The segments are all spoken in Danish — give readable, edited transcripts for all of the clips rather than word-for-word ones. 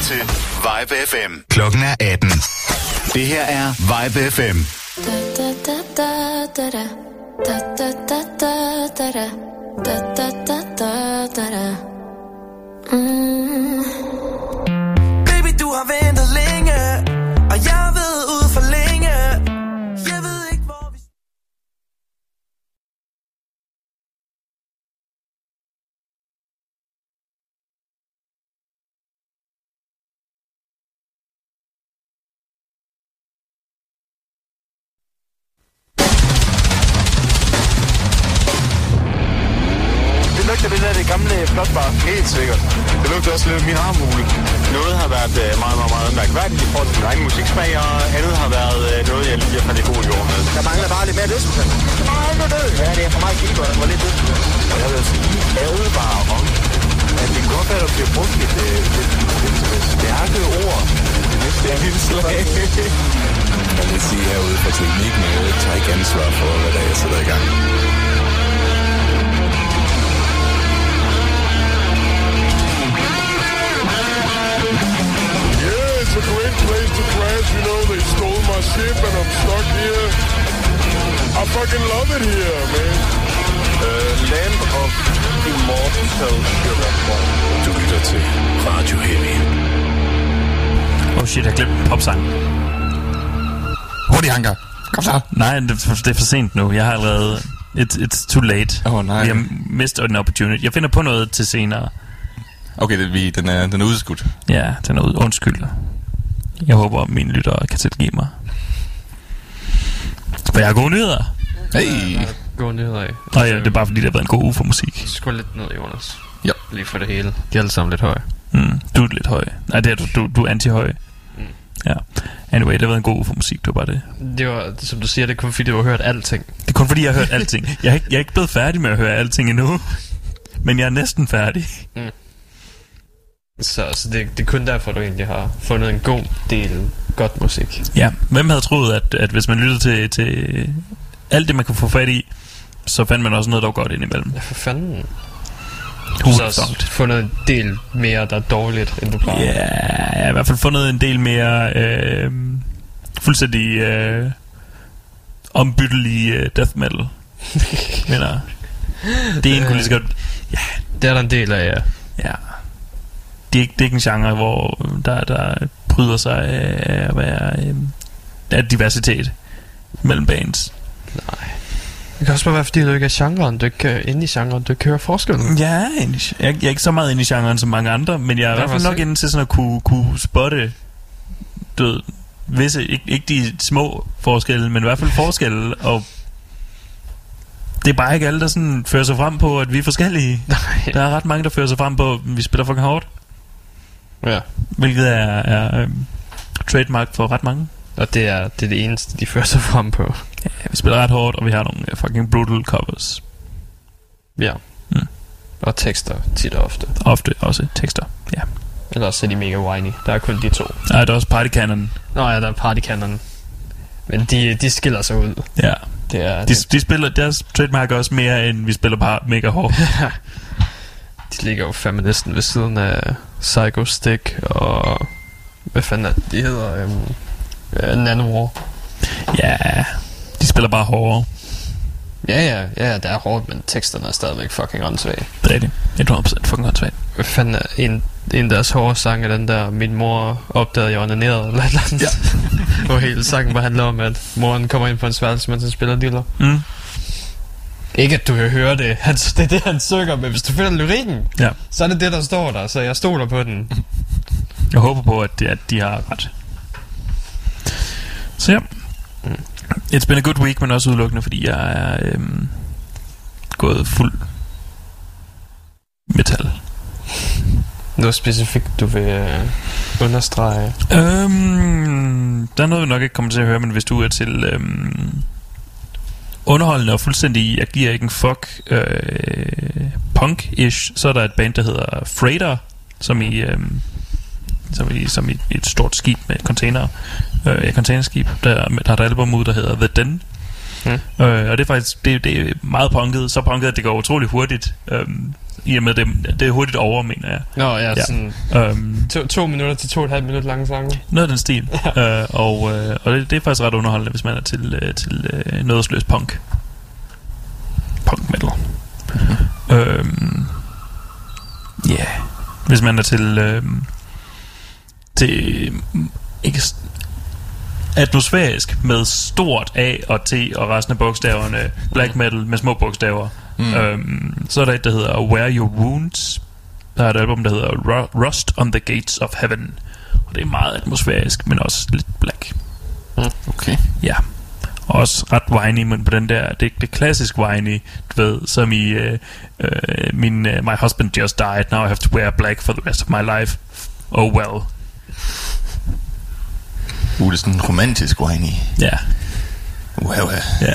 til Vibe FM. Klokken er 18. Det her er Vibe FM. Baby, du har ventet længe, og jeg har været ude for længe. Jeg ved ikke, hvor vi... Det lugter det der, det gamle flotbar. Helt sikkert. Det lugter også lidt af min armhule. Noget har været meget mærkværdigt i forhold til min egen musiksmag, og andet har været noget, jeg lige har fandt i god jord med. Der mangler bare lidt mere løsning. Ja, det er for meget kigge, og der var lidt løsning. Og jeg vil sige, advare om, at det kan godt være, at der bliver brugt lidt stærke ord. Det næste er indslag. Jeg vil sige herude fra teknikken, at jeg tager ikke ansvar for, hvad der er, jeg sætter i gang. It's a great place to crash, you know, they stole my ship and I'm stuck here. I fucking love it here, man. Land of Immortal Sugar. Du lytter til Radio Heavy. Oh shit, jeg glemte popsang. Hurtig, Anker. Kom så. Nej, det er for sent nu. Jeg har allerede... It's too late. Nej. Vi har mistet en opportunity. Jeg finder på noget til senere. Okay, den er udskudt. Ja, den er undskyld. Jeg håber, mine lyttere kan tilgive mig. For jeg har gode nyheder. Hey. Gode nyheder af. Og ja, det er bare fordi, det har været en god uge for musik. Skål lidt ned, Jonas. Ja. Lige for det hele. De er alle sammen lidt høje. Du er lidt høj. Nej, det er du er anti-høj. Ja. Anyway, det har været en god uge for musik, det var bare det. Det var, som du siger, det er kun fordi, du har hørt alting. Det er kun fordi, jeg har hørt alting. Jeg er ikke blevet færdig med at høre alting endnu. Men jeg er næsten færdig. Så det er kun derfor, du egentlig har fundet en god del godt musik. Ja, hvem havde troet, at hvis man lyttede til alt det, man kunne få fat i, så fandt man også noget, der var godt indimellem. Ja, for fanden. Du har også fundet en del mere, der er dårligt, end du plejer. Ja, jeg har i hvert fald fundet en del mere fuldstændig ombyttelige death metal. Men det er en kunne lige så godt... Ja. Det er der en del af, ja. Ja. Det er ikke en genre, hvor der bryder sig af diversitet mellem bands. Nej. Det kan også bare være, fordi du ikke er genren. Du ikke er inde i genren. Du ikke hører forskellen. Ja, jeg er ikke så meget inde i genren som mange andre, men jeg er i hvert fald nok inde til sådan at kunne spotte visse, ikke de små forskelle, men i hvert fald forskelle, og det er bare ikke alle, der sådan fører sig frem på, at vi er forskellige. Nej. Der er ret mange, der fører sig frem på, at vi spiller fucking hårdt. Ja. Hvilket er trademark for ret mange. Og det er det eneste, de fører sig frem på. Ja, vi spiller ret hårdt, og vi har nogle fucking brutal covers. Ja. Og tekster tit og ofte. Ofte også tekster, ja. Ellers er de mega whiny. Der er kun de to. Nej, der er også Party Cannon. Nå ja, der er Party Cannon. Men de skiller sig ud. Ja. Det er, de spiller deres trademark også mere, end vi spiller bare mega hårdt. De ligger jo fandme næsten ved siden af Psycho Stick og... Hvad fanden er det? De hedder... Nanowar. Ja, de spiller bare hårdere. Ja, det er hårdt, men teksterne er stadigvæk fucking åndssvage. Det er rigtigt. 100% fucking åndssvagt. Hvad fanden er en af deres hårde sange, den der min mor opdagede, jeg onanerede eller et eller andet. Ja. Hvor hele sangen bare handler om, at moren kommer ind på en sværelse, mens han spiller diller. Ikke at du kan høre det. Det er det, han synger, men hvis du finder lyrikken, så er det det, der står der. Så jeg stoler på den. Jeg håber på, at de har ret. Så ja. It's been a good week, men også udelukkende, fordi jeg er gået fuld metal. Noget specifikt, du vil understrege? Der er noget, vi nok ikke kommer til at høre, men hvis du er til underholdende og fuldstændig, jeg giver ikke en fuck, punk-ish, så er der et band, der hedder Freighter, som i et stort skib med container, containerskib, der har et album ud, der hedder The Den. Og det er faktisk det er meget punket, så punket, at det går utrolig hurtigt. i og med det er hurtigt over, mener jeg. Nå, ja, sådan 2 minutter til 2,5 minutter lange sange. Noget af den stil. Og det er faktisk ret underholdende, hvis man er til nådesløs punk. Punk metal. Ja. Hvis man er til ikke atmosfærisk med stort A og T og resten af bogstaverne, black metal med små bogstaver. Så er der et, der hedder Wear Your Wounds. Der er et album, der hedder Rust on the Gates of Heaven. Og det er meget atmosfærisk, men også lidt black. Okay. Ja. Og også ret whiny, men på den der, det klassisk whiny, du ved, som i my husband just died, now I have to wear black for the rest of my life. Oh well. Det er sådan en romantisk whiny. Ja. Wow. Ja.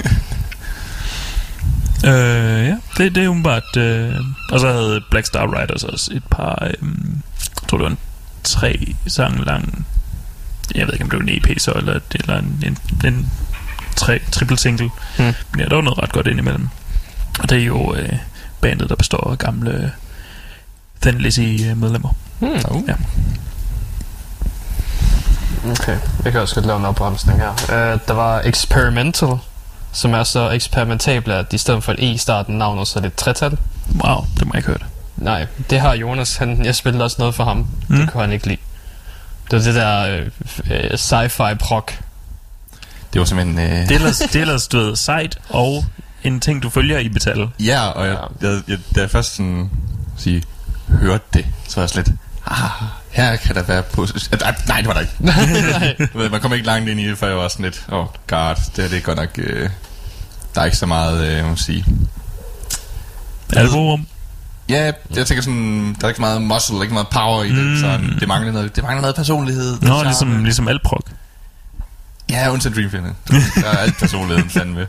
Ja, det er umiddelbart. Og så havde Black Star Riders også et par, jeg tror det var en 3 sange lang, jeg ved ikke om det var en EP så, eller en triple single. Men ja, der var noget ret godt indimellem. Og det er jo bandet, der består af gamle Thin Lizzy medlemmer. Ja. Okay, jeg kan også godt lave en opremsning her. Der var Experimental, som er så eksperimentable, at i stedet for et E i starten navnet, så er det et tretal. Wow, det må jeg ikke høre. Nej, det har Jonas, jeg spillede også noget for ham. Det kunne han ikke lide. Det var det der sci-fi prog. Det var simpelthen det er ellers, du ved, sejt og en ting, du følger i metal. Ja, og da jeg først sådan hørte det, så var jeg slet her kan der være nej, det var der ikke. Man kom ikke langt ind i det, før jeg var sådan lidt god, det er godt nok der er ikke så meget må sige album. Ja, jeg tænker sådan, der er ikke så meget muscle, ikke meget power i det, så det mangler noget personlighed. Nå, ligesom alt prog. Ja, undtagen Dream Theater. Der er alt personligheden fandme.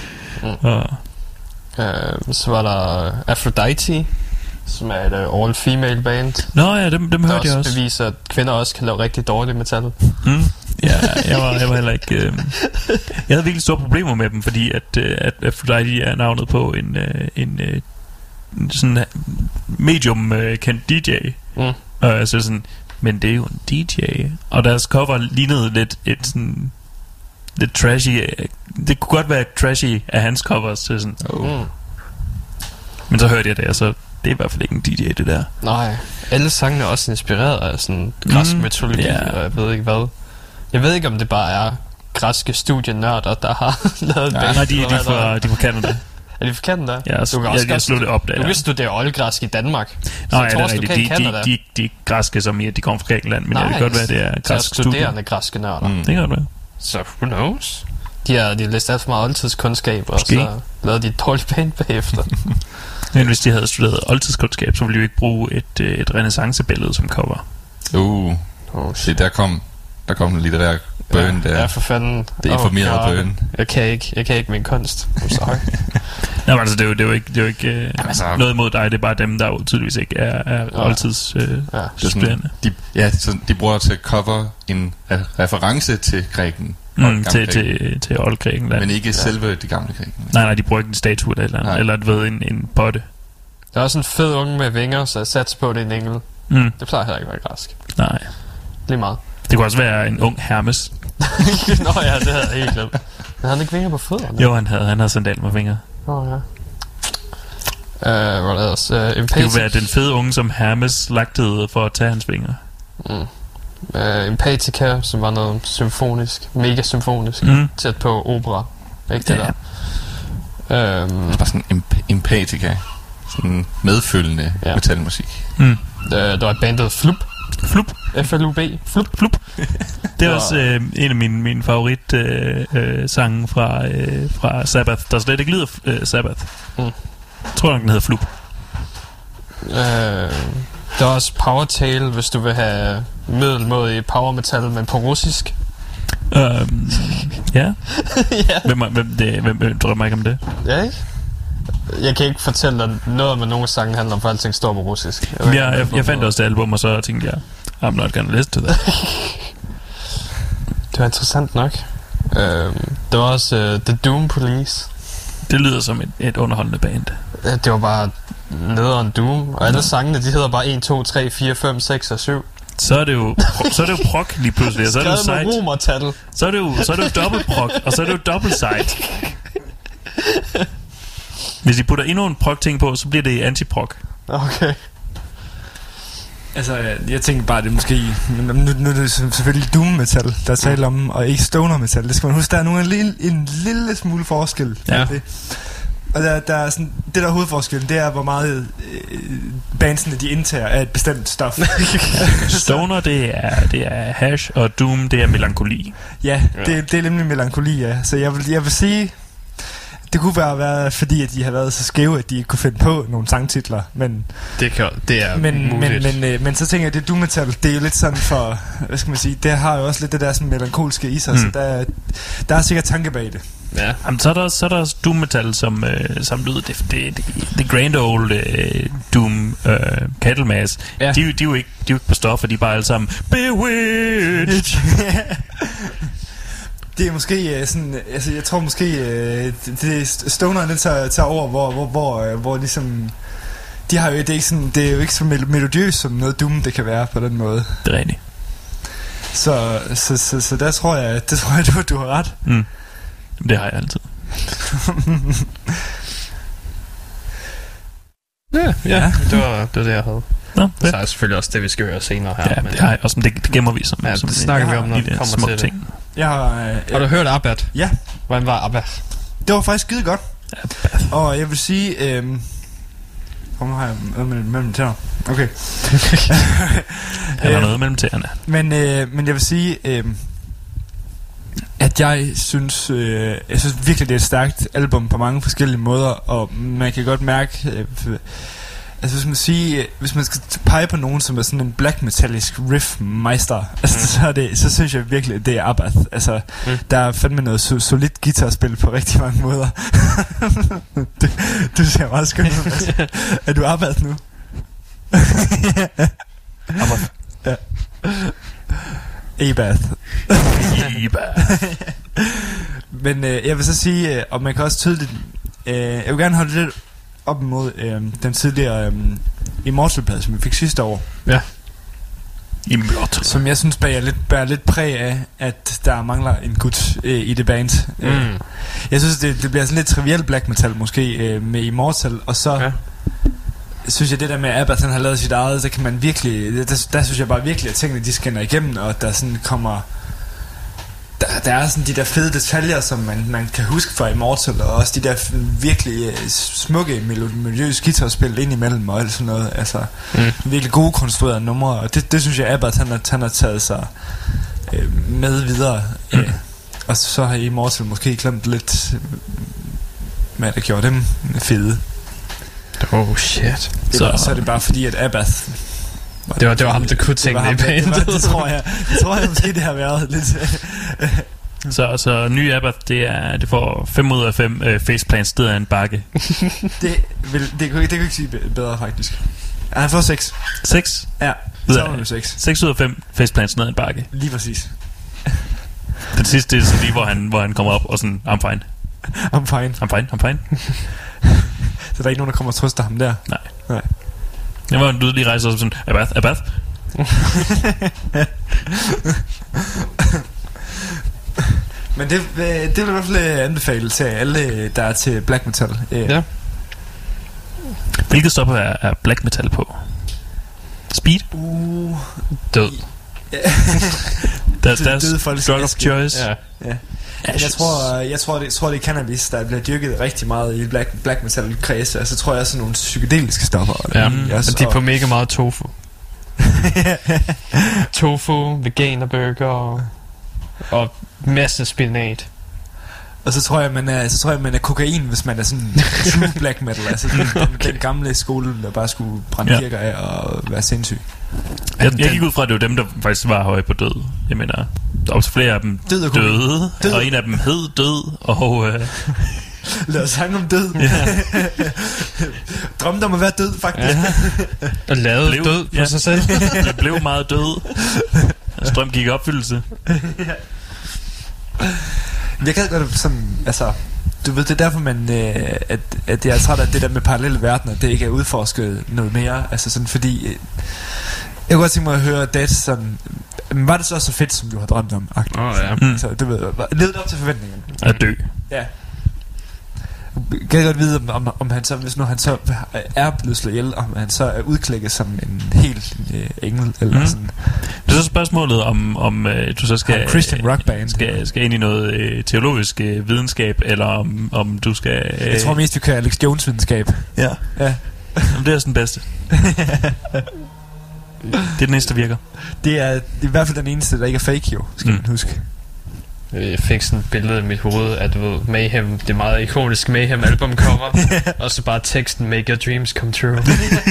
Så var der Aphrodite, som er et all-female band. Nå ja, dem hørte jeg også. Beviser, at kvinder også kan lave rigtig dårligt metal. Ja, jeg var heller ikke jeg havde virkelig store problemer med dem, fordi at Aphrodite er navnet på en sådan medium kendt DJ. Så sådan, men det er jo en DJ. Og deres cover lignede lidt trashy. Det kunne godt være trashy af hans covers, så sådan. Men så hørte jeg det, og så det er i hvert fald ikke en DJ, det der. Nej, alle sangene er også inspireret af sådan græsk mytologi, og jeg ved ikke hvad. Jeg ved ikke, om det bare er græske studienørder, der har lavet band. Nej, de er fra Canada. Er de fra Canada? Ja, jeg slog det op der. Du vidste, du det er oldgræsk i Danmark. Nej, det er rigtigt. De er græske, som de kommer fra Grækenland, men det kan godt være, det er græsk studerende græske nørder. Det kan godt være. Så who knows? De har læst alt for meget oldtidskundskab, og så lavede de et dårligt band bagefter. Men hvis de havde studeret oldtidskundskab, så ville de jo ikke bruge et renæssancebillede som cover. Se, der kom en litterær burn der. Ja, for fanden. Det er informeret burn. Jeg kan ikke min kunst. I'm sorry. Nej, altså det er jo ikke noget imod dig. Det er bare dem, der jo tydeligvis ikke er oldtids studerende. Så de bruger til at cover en reference til Græken. Til oldgrækenland. Men ikke selve de gamle Grækenland. Nej, de bruger ikke en statue eller du ved, en potte. Der er også en fed unge med vinger, så jeg sats på, det er en engel. Det plejer heller ikke at være græsk. Nej. Lige meget. Det kunne også være en ung Hermes. Nå ja, det havde jeg helt glemt. Men havde han ikke vinger på fødderne? Jo, han havde sandal med vinger. Ja. Hvad er ellers? Det kunne være den fede unge, som Hermes lagtede for at tage hans vinger. Empatica, som var noget symfonisk, mega symfonisk, tæt på opera. Ikke det der? Bare sådan Empatica, sådan medfølgende metalmusik. Der var bandet Flup. F-L-U-B. Flup. Det er også en af mine favorit sange fra Sabbath, der slet ikke lyder Sabbath. Jeg tror nok, den hedder Flup. Der er også Power Tale, hvis du vil have middelmådig power metal, men på russisk. Ja. Hvem drømmer ikke om det? Ja, ikke? Jeg kan ikke fortælle dig noget med nogle sange handler om, for alting står på russisk. Jeg fandt også det album, og så tænkte jeg, I'm not gonna listen to that. Det var interessant nok. Der var også The Doom Police. Det lyder som et underholdende band. Det var bare nederen Doom. Og alle sangene, de hedder bare 1, 2, 3, 4, 5, 6 og 7. Så er det jo prok lige pludselig, og så er det jo Skrevet med site. romertal. Så er det jo dobbelt prok, og så er det jo dobbelt site. Hvis I putter endnu en prok ting på, så bliver det anti-prok. Okay. Altså, jeg tænker bare, det er måske... Nu er det selvfølgelig doom metal, der taler om, og ikke stoner metal. Det skal man huske, der er en lille smule forskel. Ja. Og der er sådan, det der hovedforskellen, det er, hvor meget bandsene, de indtager af et bestemt stof. Stoner, det er hash, og doom, det er melankoli. Ja, det er nemlig melankoli, ja. Så jeg vil sige... Det kunne bare være, fordi at de har været så skæve, at de ikke kunne finde på nogle sangtitler, men... Det er muligt. Men så tænker jeg, det doom metal, det er jo lidt sådan for... Hvad skal man sige? Det har jo også lidt det der sådan melankolske i sig, så der er sikkert tanke bag det. Ja. Jamen, så er der også doom metal, som lyder det grand old doom Candlemass. Ja. De er jo ikke på stoffer, de er bare alle sammen Bewitched. Det er måske sådan, altså jeg tror måske det stoner den tager over, hvor ligesom de har jo det er ikke sådan, det er jo ikke så melodiøst som noget doom det kan være på den måde. Det er rigtigt. Så der tror jeg, du har ret. Det har jeg altid. Ja. Det var det jeg havde. Nå, Så er selvfølgelig også det vi skal høre senere her. Ja, men det har jeg også, men det gemmer vi som det snakker vi om, når vi kommer til det. Jeg har du hørt Abba? Ja. Hvordan var Abba? Det var faktisk skide godt. Og jeg vil sige nu har jeg noget mellem tæerne. Okay. Han har noget mellem tæerne. Men jeg vil sige at jeg synes virkelig det er et stærkt album på mange forskellige måder, og man kan godt mærke altså hvis man skal pege på nogen som er sådan en black metallisk riffmeister, altså så synes jeg virkelig at det er Abbath. Altså der er fandme noget solidt guitarspil på rigtig mange måder. du ser meget skøn ud. Altså. Er du Abbath nu? Abbath. Ja. Abath. Men jeg vil så sige, og man kan også tydeligt jeg vil gerne holde lidt op imod den tidligere Immortal-plade, som vi fik sidste år. Ja. Immortal. Som jeg synes bærer lidt præg af, at der mangler en gut i det band. Jeg synes, det bliver sådan lidt triviel black metal måske med Immortal, og så synes jeg, det der med Abbath, han har lavet sit eget, så kan man virkelig, der synes jeg bare virkelig, at tingene de skinner igennem, og der sådan kommer... Der er sådan de der fede detaljer, som man kan huske fra Immortal, og også de der virkelig smukke melodiøse guitarspil ind imellem og alt sådan noget. Altså virkelig gode konstruerede numre, og det synes jeg Abbath han har taget sig med videre. Og så har Immortal måske glemt lidt hvad der gjorde dem fede. Oh shit. Så er det bare fordi at Abbath det var ham der kunne tænke det i bandet. Det tror jeg måske det har været lidt. Så nye Abbath, det får 5 ud af 5 faceplant steder af en bakke. det kan ikke sige bedre faktisk. Han får 6. 6? Ja, så var det 6. 6 ud af 5 faceplant ned ad en bakke. Lige præcis. Den sidste det er sådan lige hvor han kommer op og sådan I'm fine. I'm fine. Så der er ikke nogen der kommer og trøster ham der. Nej. Jeg var du lige rejser op sådan Abbath. Men det vil i hvert fald anbefale til alle der er til black metal. Ja. Hvilket stopper er black metal på? Speed? Død. That's drug of choice. Ja. Jeg tror det er cannabis der bliver dyrket rigtig meget i black metal kredse. Altså tror jeg sådan nogle psykedeliske stoffer. Ja, og de er på mega meget tofu. Tofu, veganerburger og masse spinat. Og så tror jeg man er kokain, hvis man er sådan true black metal. Altså den gamle skole der bare skulle brænde kirker af og være sindssyg. Jeg gik ud fra at det var dem der faktisk var høje på død. Jeg mener op til flere af dem døde. Og en af dem hed død. Og lad os snakke om død. Drømte om at være død faktisk. Og lavede død på sig selv. Jeg blev meget død. Strøm gik i opfyldelse. Jeg kan godt sådan, altså du ved, det er derfor man at jeg er træt af det der med parallelle verdener, det ikke er udforsket noget mere, altså sådan, fordi jeg kunne godt tænke mig at høre det sådan, men var det så fedt, som du har drømt om? Ja. Så du ved, levede op til forventningerne. At dø. Ja. Kan jeg godt vide, om han så, hvis nu han så er blevet slået ihjel, om han så er udklækket som en helt engel, eller sådan. Det er så spørgsmålet, om du så skal Christian Rock Band skal ind i noget teologisk videnskab, eller om du skal... Jeg tror mest, vi kører Alex Jones videnskab. Ja. Jamen, det er sådan det bedste. Det er den eneste, der virker. Det er i hvert fald den eneste, der ikke er fake, jo, skal man huske. Jeg fik sådan et billede i mit hoved, at du ved, Mayhem, det meget ikoniske Mayhem album kommer, og så bare teksten Make Your Dreams Come True.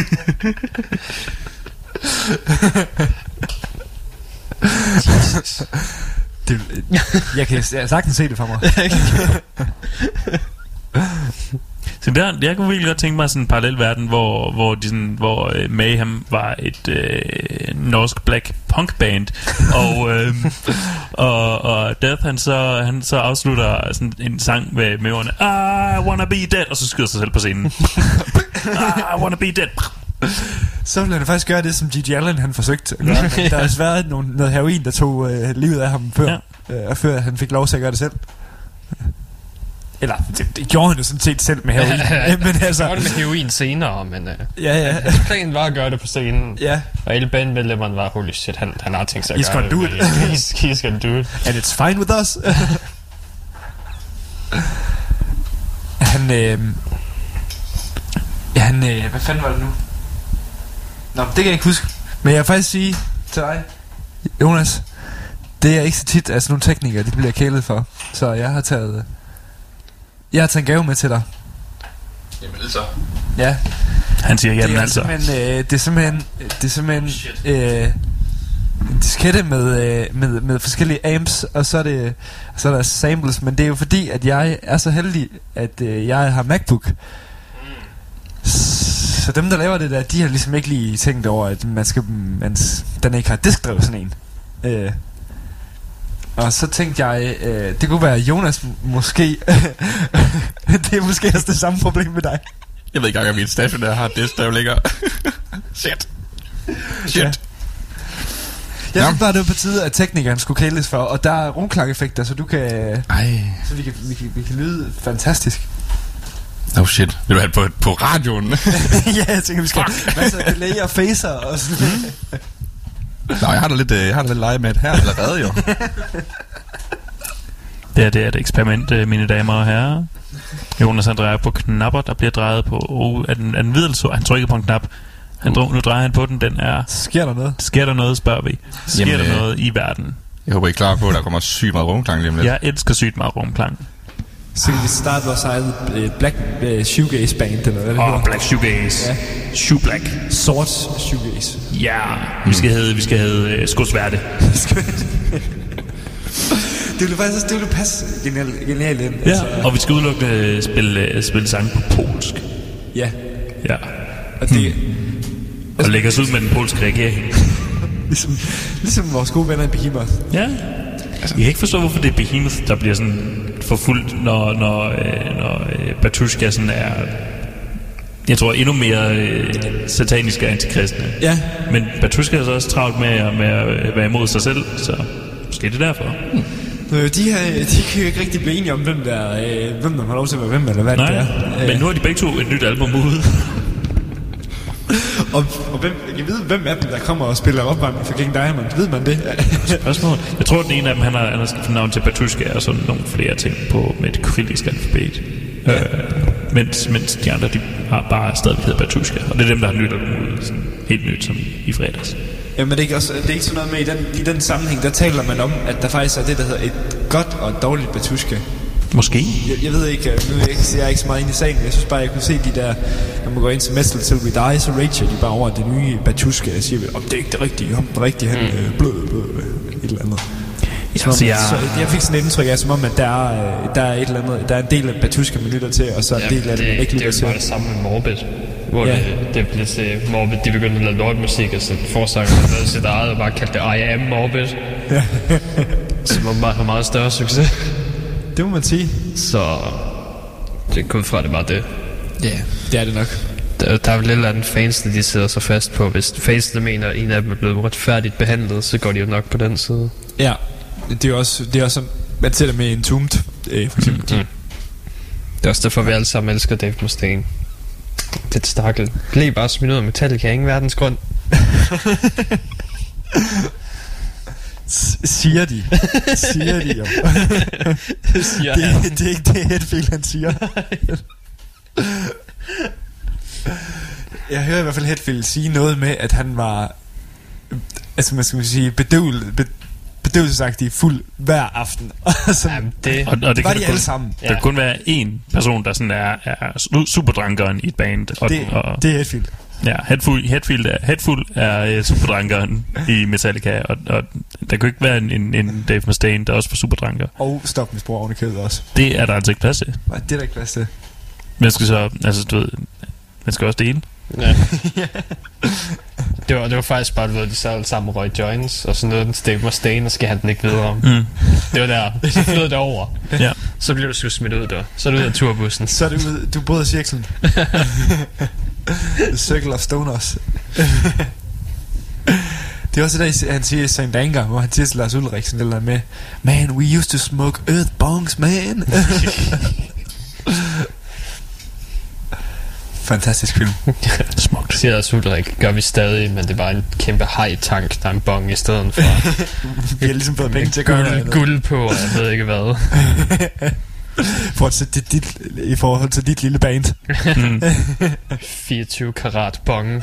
Jeg kan sagtens se det for mig. Så jeg kunne virkelig godt tænke mig sådan en parallel verden, hvor Mayhem var et norsk black punk band, og Death han så afslutter sådan en sang med ordene I wanna be dead, og så skyder sig selv på scenen. I wanna be dead. Så ville han faktisk gøre det, som G.G. Allen han forsøgte at gøre. Der har været noget heroin, der tog livet af ham før han fik lov til at gøre det selv. Eller, det gjorde han jo sådan set selv med heroin. Men altså, det med heroin senere, men ja. Planen var at gøre det på scenen. Ja. Og alle bandmedlemmerne var, holy shit, han har tænkt sig at He's gøre gonna det. do it. He's gonna do it. And it's fine with us. Han, hvad fanden var det nu? Nå, det kan jeg ikke huske. Men jeg vil faktisk sige til dig, Jonas, det er ikke så tit, at sådan nogle teknikere, de bliver kælet for. Så jeg har taget en gave med til dig. Jamen så. Ja. Han siger jamen altså. Det er simpelthen en diskette med forskellige amps, og så er der samples, men det er jo fordi, at jeg er så heldig, at jeg har MacBook. Så dem, der laver det der, de har ligesom ikke lige tænkt over, at den ikke har diskdrevet sådan en. Og så tænkte jeg, det kunne være Jonas måske. Det er måske også det samme problem med dig. Jeg ved ikke engang, at min stationær har diskdrev ligger. Shit. Ja. Jeg synes bare, det var på tide, at teknikeren skulle kæles for. Og der er rumklangeffekter, så du kan... Så vi kan lyde fantastisk. Oh shit. Vil du have det på radioen? Ja, jeg tænker, vi skal masser af delay og phaser og sådan. Nå, jeg har da lidt lege med det her allerede, jo. Det er et eksperiment, mine damer og herrer. Jonas han drejer på knapper, der bliver drejet på er den videre, han trykker på en knap. Nu drejer han på den, den er... Sker der noget? Sker der noget, spørger vi. Sker der noget i verden? Jeg håber I er klar på, at der kommer sygt meget rumklang lige om lidt. Jeg elsker sygt meget rumklang. Så kan vi starte vores eget Black Shoegaze band, eller hvad det hedder? Black Shoegaze. Ja. Shoe Black. Sort Shoegaze. Ja, vi skal hedde Skudsværte. Det ville passe genialt ind. Ja, og vi skal udelukkende spille sang på polsk. Ja. Ja. Og det... Og lægge os ud med den polske regering. ligesom vores gode venner i Behemoth. Ja. Jeg kan ikke forstå, hvorfor det er Behemoth, der bliver sådan forfulgt, når Batushka sådan er... Jeg tror endnu mere sataniske og antikristne. Ja. Men Batushka er så også travlt med at være imod sig selv, så måske det er derfor. De kan jo ikke rigtig blive enige om, hvem der har lov til at være hvem, eller hvad det er. Men nu har de begge to et nyt album ude. og jeg ved, hvem af dem, der kommer og spiller opvarmning for King Diamond. Ved man det? Spørgsmål. Jeg tror, den ene af dem, han har skiftet navn til Batushka, og sådan nogle flere ting på med et kyrillisk alfabet. Ja. Mens de andre, de har bare stadig hedder Batushka. Og det er dem, der har nyt album ude, sådan helt nyt som i fredags. Jamen det er ikke sådan noget med, i den sammenhæng, der taler man om, at der faktisk er det, der hedder et godt og et dårligt Batushka. Måske. Jeg ved ikke, jeg er ikke så meget inde i sagen, men jeg synes bare, jeg kunne se de der, når man går ind til Metal Till We Die, så rager de bare over det nye Batushka, og siger, det er ikke det rigtige, han blød, et eller andet. Så jeg fik sådan et indtryk af, som om, at der er et eller andet, der er en del af Batushka, man lytter til, og så en del af det, man ikke lytter til. Det er jo bare det samme med Morbid, hvor det blev til Morbid, de begyndte at lave lortmusik, og så forsanger man lavede sit eget, og bare kaldte det I Am Morbid, som var meget større succes. Det må man sige. Så Det går ud fra, det var det. Ja, det er det nok. Der er vel et eller andet fans, de sidder så fast på. Hvis fansene mener, at en af dem er blevet retfærdigt behandlet, så går de jo nok på den side. Ja, det er også man ser det med Entombed, for eksempel. Det er også derfor, vi alle sammen elsker Dave Mustaine. Det stakkel. Blev bare smidt ud af Metallica, ingen verdensgrund. Siger de jo. Det er ikke det Hetfield han siger. Jeg hører i hvert fald Hetfield sige noget med, at han var, altså man skal sige, bedøvelsesagtig fuld hver aften. Og det var de alle sammen. Der kan kun være én person, der sådan er superdrankeren i et band. Det er Hetfield. Ja, Hetfield er superdrankeren i Metallica, og der kan ikke være en Dave Mustaine, der også var superdranker. Og stofmisbrug oven i købet også. Det er der altså ikke plads til. Nej, det er der ikke plads til. Man skal så, altså du ved, man skal også dele. Ja. det var faktisk bare, at de så alle sammen røg joints, og så nåede den Dave Mustaine, og skal han den ikke videre om. Det var der. Så flød det over. Ja. Så bliver du sgu smidt ud der. Så er du ud af turbussen. Så er du bryder cirklen. The Circle of Stoners. Det er også det, han siger i St. Anger, hvor han siger til Lars Ulriksen eller med, man, we used to smoke earth bongs, man. Fantastisk film. Smukt. Siger Lars Ulrik, gør vi stadig, men det var en kæmpe hej-tank, der er en bong i stedet for. Vi har ligesom fået penge til at gøre noget. Guld på, og jeg ved ikke hvad. I forhold til dit lille band. 24 karat bong.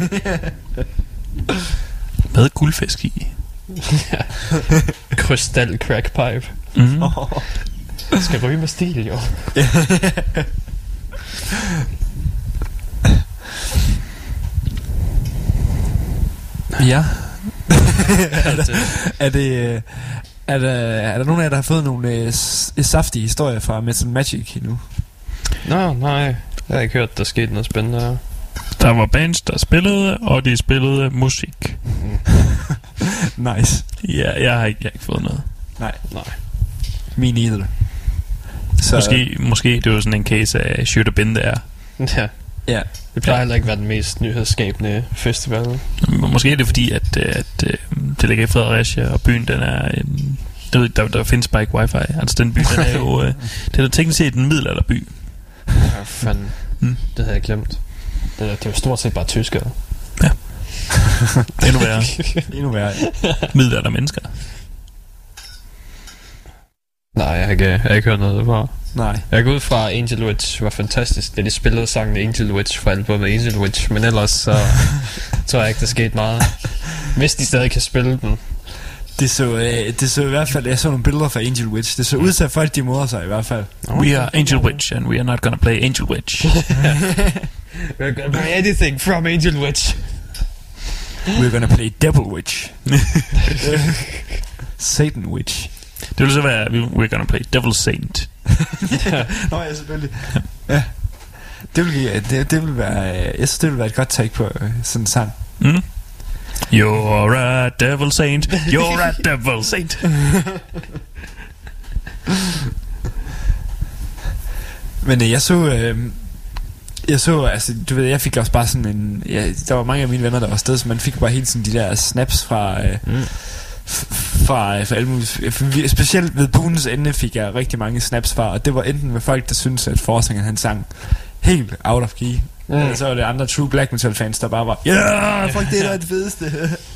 Med guldfisk i. Ja. Krystal crackpipe. Skal ryge med stil, jo. Ja. Er der nogen af jer, der har fået nogle saftige historier fra Metal Magic endnu? Nej. Jeg har ikke hørt, der skete noget spændende. Der var bands, der spillede, og de spillede musik. Nice. Ja, jeg har ikke fået noget. Nej. Me neither. Så måske det var sådan en case af should have been there. Ja. Det plejer heller ikke at være den mest nyhedsskabende festival. Måske er det fordi, at det ligger i Fredericia, og byen den er... Der findes bare ikke wifi. Altså den by, den er jo... det er teknisk set en middelalderby. Ja, fanden. Det havde jeg glemt. Det er jo stort set bare tyskere. Ja. Endnu værre. Ja. Middelalder mennesker. Nej, jeg har ikke hørt noget fra. Nej. Jeg går ud fra Angel Witch var fantastisk, da de spillede sangen Angel Witch fra albumet Angel Witch, men ellers så tror jeg ikke, der skete meget. Hvis de stadig kan spille den. Det så i hvert fald, jeg så nogle billeder fra Angel Witch. Det så ud til, at folk de moder sig i hvert fald. We are Angel Witch, and we are not gonna play Angel Witch. We're gonna play anything from Angel Witch. We're gonna play Devil Witch. Satan Witch. Det vil så være, we're gonna play Devil Saint. Nå ja, selvfølgelig. Ja. Det vil være, jeg synes, det vil være et godt take på sådan en sang. You're a devil saint. You're a devil saint. Men jeg så, altså, du ved, jeg fik også bare sådan en... der var mange af mine venner, der var afsted, så man fik bare hele tiden de der snaps fra alle mulige... Specielt ved Punens ende fik jeg rigtig mange snaps fra, og det var enten med folk, der syntes, at forsangeren han sang helt out of key. Så var det andre true black metal fans, der bare var, fuck, det er det fedeste.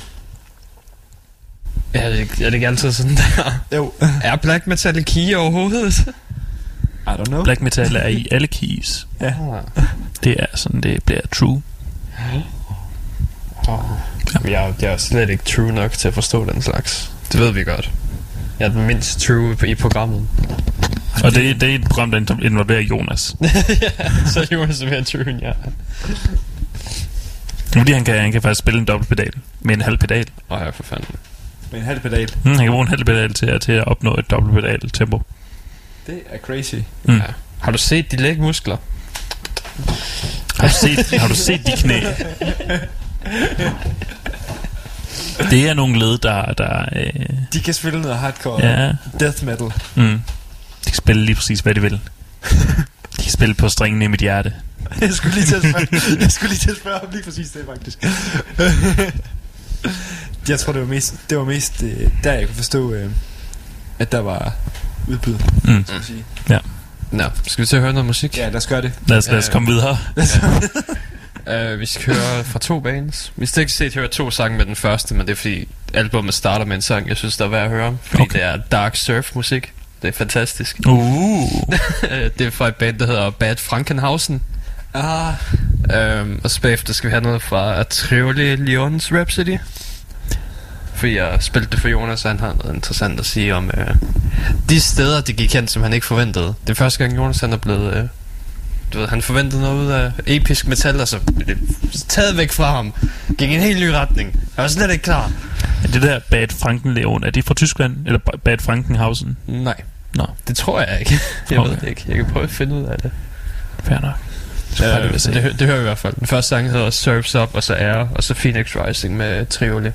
Er det ikke altid sådan der? Jo. Er black metal i key overhovedet? I don't know. Black metal er i alle keys. Ja. Det er sådan, det bliver true. Jeg er slet ikke true nok til at forstå den slags. Det ved vi godt. Jeg er den mindst true i programmet. Og det er et program, der involverer Jonas. Ja, så Jonas er mere true end jeg. Fordi han kan faktisk spille en dobbeltpedal med en halv pedal. Ja, for fanden. Med en halv pedal? Han kan bruge en halv pedal til at opnå et dobbeltpedal tempo. Det er crazy. Ja. Har du set de lægmuskler? Har du set de knæ? Det er nogle led, der de kan spille noget hardcore death metal. De kan spille lige præcis, hvad de vil. De De spiller på stringene i mit hjerte. Jeg skulle lige til at spørge om lige præcis det, faktisk. Jeg tror, det var mest der, jeg kunne forstå, at der var udbud. Ja. Nå, skal vi til at høre noget musik? Ja, lad os gøre det. Lad os komme videre. Vi skal høre fra 2 bands. Vi skal ikke set høre 2 sange med den første, men det er fordi albumet starter med en sang, jeg synes, der er værd at høre. Fordi det er dark surf musik. Det er fantastisk. Det er fra et band, der hedder Bad Frankenhausen. Og så bagefter skal vi have noget fra Trioli Lyons Rhapsody. Fordi jeg spillede det for Jonas, og han har noget interessant at sige om de steder, det gik hen, som han ikke forventede. Det er første gang, Jonas han er blevet... han forventede noget ud af episk metal, og så blev det taget væk fra ham. Gik i en helt ny retning. Jeg var slet ikke klar. Er det der Bad Frankenleon, er det fra Tyskland? Eller Bad Frankenhausen? Nej. Nå. Det tror jeg ikke. Jeg ved det ikke. Jeg kan prøve at finde ud af det. Fair nok. Det hører vi i hvert fald. Den første sang hedder Surf's Up, og så Air, og så Phoenix Rising med Trioli.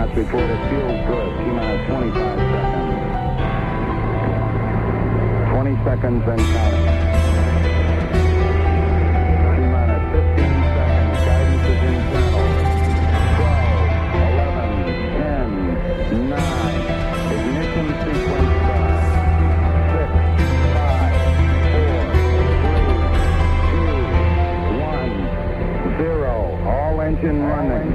Launch reported fuel good. T-minus 25 seconds. 20 seconds and counting. T-minus 15 seconds. Guidance is internal. 12, 11, 10, 9. Ignition sequence start. 6, 5, 4, 3, 2, 1, 0. All engine running.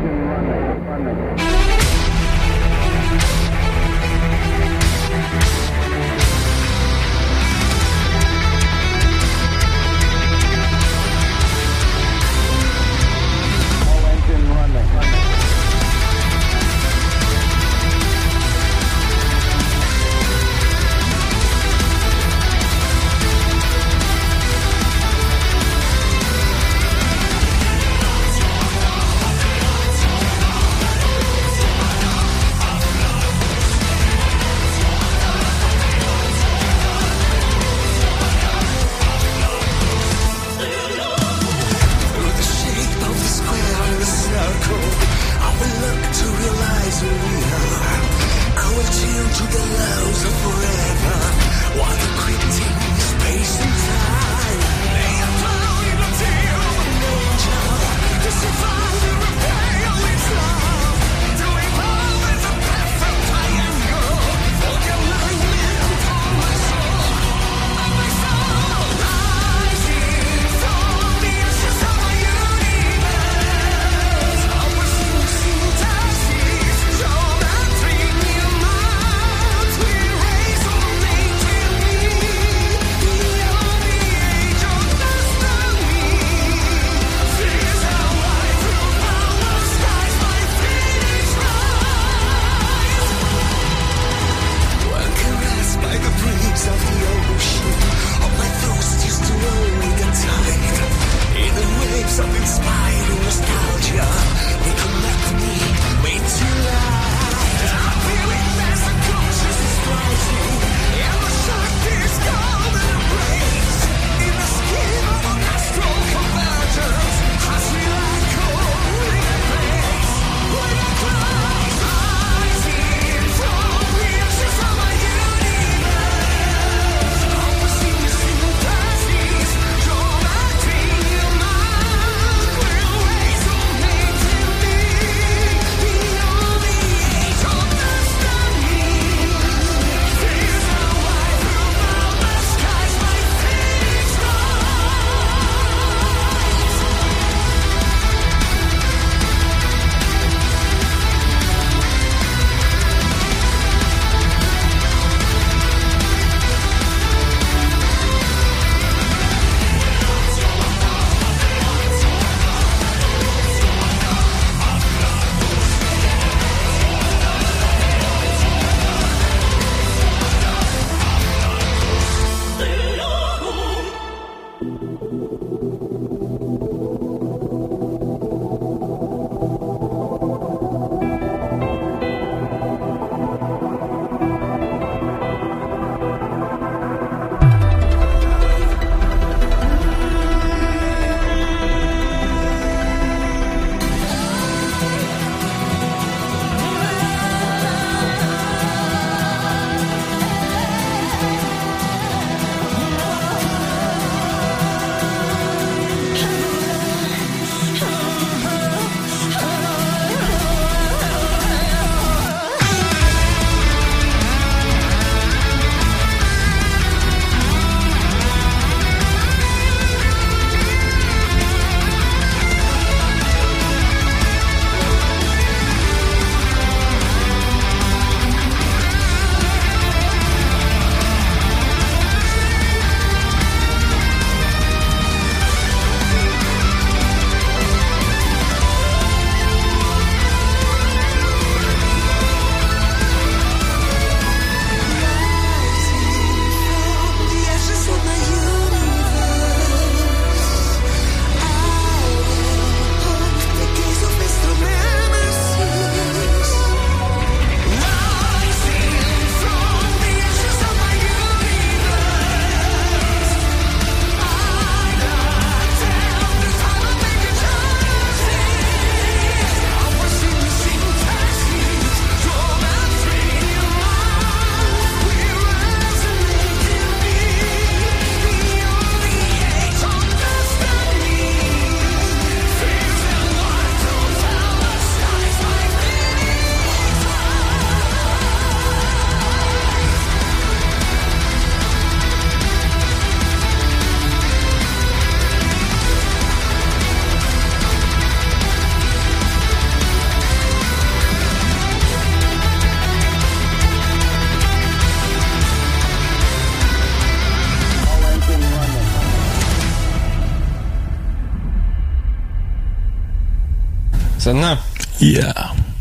Sådan her. Ja.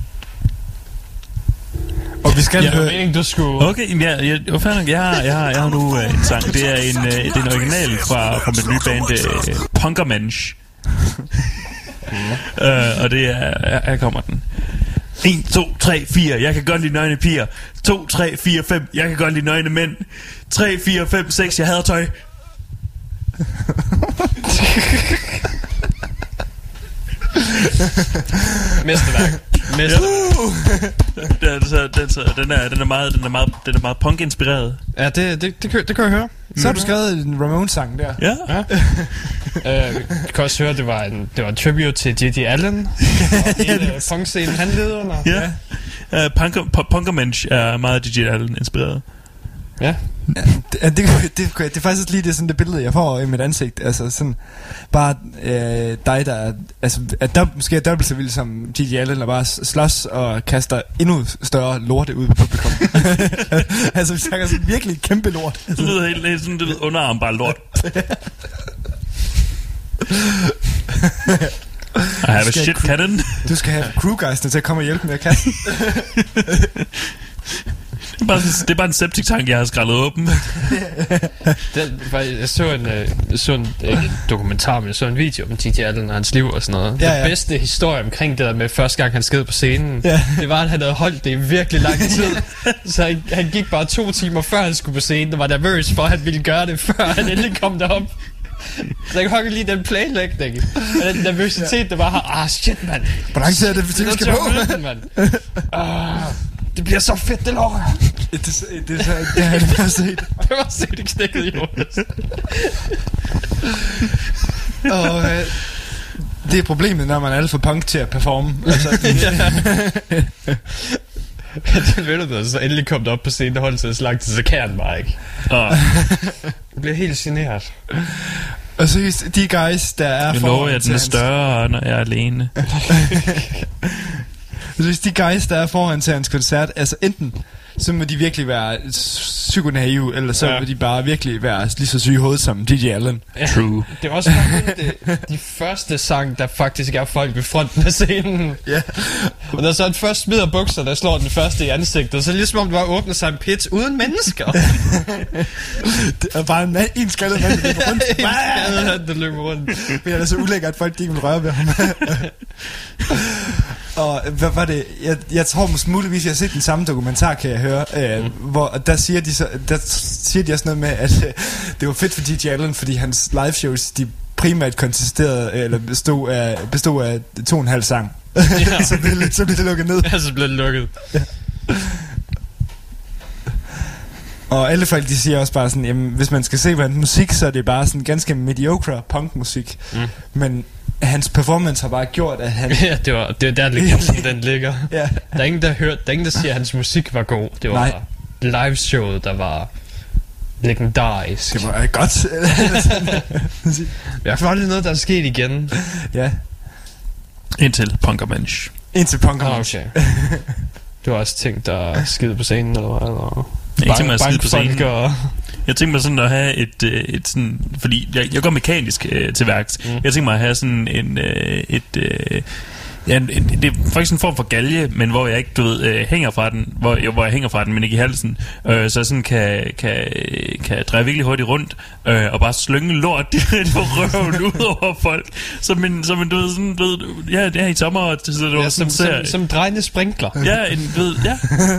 Og vi skal Jeg har mening, du skulle... Okay, jeg har nu en sang. Det er en original fra mit nye band, Punkermensch. Og det er... Her kommer den. 1, 2, 3, 4, jeg kan godt lide nøgne piger. 2, 3, 4, 5, jeg kan godt lide nøgne mænd. 3, 4, 5, 6, jeg hader tøj. Mesterværk. Den er meget punk-inspireret. Ja, det kan jeg høre. Så har du skrevet en Ramones-sang der. Ja. Jeg kan også høre, det var en tribute til J.D. Allen. Og hele punkscenen, han levede under. Ja. Punkermensch er meget J.D. Allen inspireret. Ja. Det er faktisk lige det, sådan det billede jeg får i mit ansigt. Altså sådan bare dig der altså måske er dobbelt så vild som J.D. Allen, og bare slås og kaster endnu større lorte ud på publikum. Altså vi snakker sådan virkelig kæmpe lort. Det lyder helt sådan, det lyder underarm bare lort. I have a shit cannon. Du skal have crewguysene til at komme og hjælpe med at kaste. Det er bare en septic-tank, jeg har skrællet åben. Jeg så en dokumentar, men jeg så en video om J.D. Allen og hans liv og sådan noget. Ja. Det bedste historie omkring det der med første gang han sked på scenen, det var, at han havde holdt det i virkelig lang tid. Så han gik bare 2 timer før han skulle på scenen, og var nervøs for, at han ville gøre det, før han endelig kom derop. Så jeg kan huske lige den planlægning. Og den nervøsitet, der var her. Shit, mand. Hvor lang tid er det, vi skal på? Det bliver så fedt, det lover jeg. Det har jeg bare set. Det var set i knækket, Jonas. Og det er problemet, når man er alt for punk til at performe. Altså, det ved du, så endelig kom op på scenen og holdt sig så langt, så kan han bare ikke. Jeg bliver helt generet. Og så de guys, der er jeg lover, at den er større, når jeg er alene. Hvis de guys, der er foran til hans koncert, altså enten så må de virkelig være psykonaive, eller så vil de bare virkelig være lige så syge i hovedet som J.D. Allen. Ja, True. Det er også de første sang, der faktisk er folk ved fronten af scenen. Ja. Og der så en først smider bukser, der slår den første i ansigtet, så ligesom om det var åbnet sig en pit uden mennesker. Det er bare en skaldet mand, der løber rundt. En skaldet mand, der løber rundt. Men det er så ulækkert, at folk ikke vil røre ved ham. Og hvad var det? Jeg tror muligvis, jeg har set den samme dokumentar, kan jeg høre, hvor der siger de også noget med, at det var fedt for J.D. Allen, fordi hans live shows, de primært bestod af 2,5 sang. Ja. så blev det lukket ned. Ja, så blev det lukket. Ja. Og alle folk, de siger også bare sådan, jamen, hvis man skal se på hans musik, så er det bare sådan ganske mediocre punkmusik. Men hans performance har bare gjort, at han... Ja, det er der legenden den ligger. Ja. Der er ingen, der siger, at hans musik var god. Det var liveshowet, der var legendarisk. Det var godt. Jeg har aldrig noget, der er sket igen. Ja. Indtil Punkermensch. Okay. Du har også tænkt dig at skide på scenen, eller hvad? Eller jeg tænkte mig at skide på scenen. Og... Jeg tænkte mig sådan at have et sådan... Fordi jeg går mekanisk til værks. Jeg tænkte mig at have sådan det er faktisk en form for galge, men hvor jeg ikke, hænger fra den, hvor jeg hænger fra den, men ikke i halsen, så jeg sådan kan dreje virkelig hurtigt rundt, og bare slynge lort direkte på røven ud over folk, som en du ved, sådan, ja, det er i sommer, så det var sådan som drejende sprinkler. Ja, ja.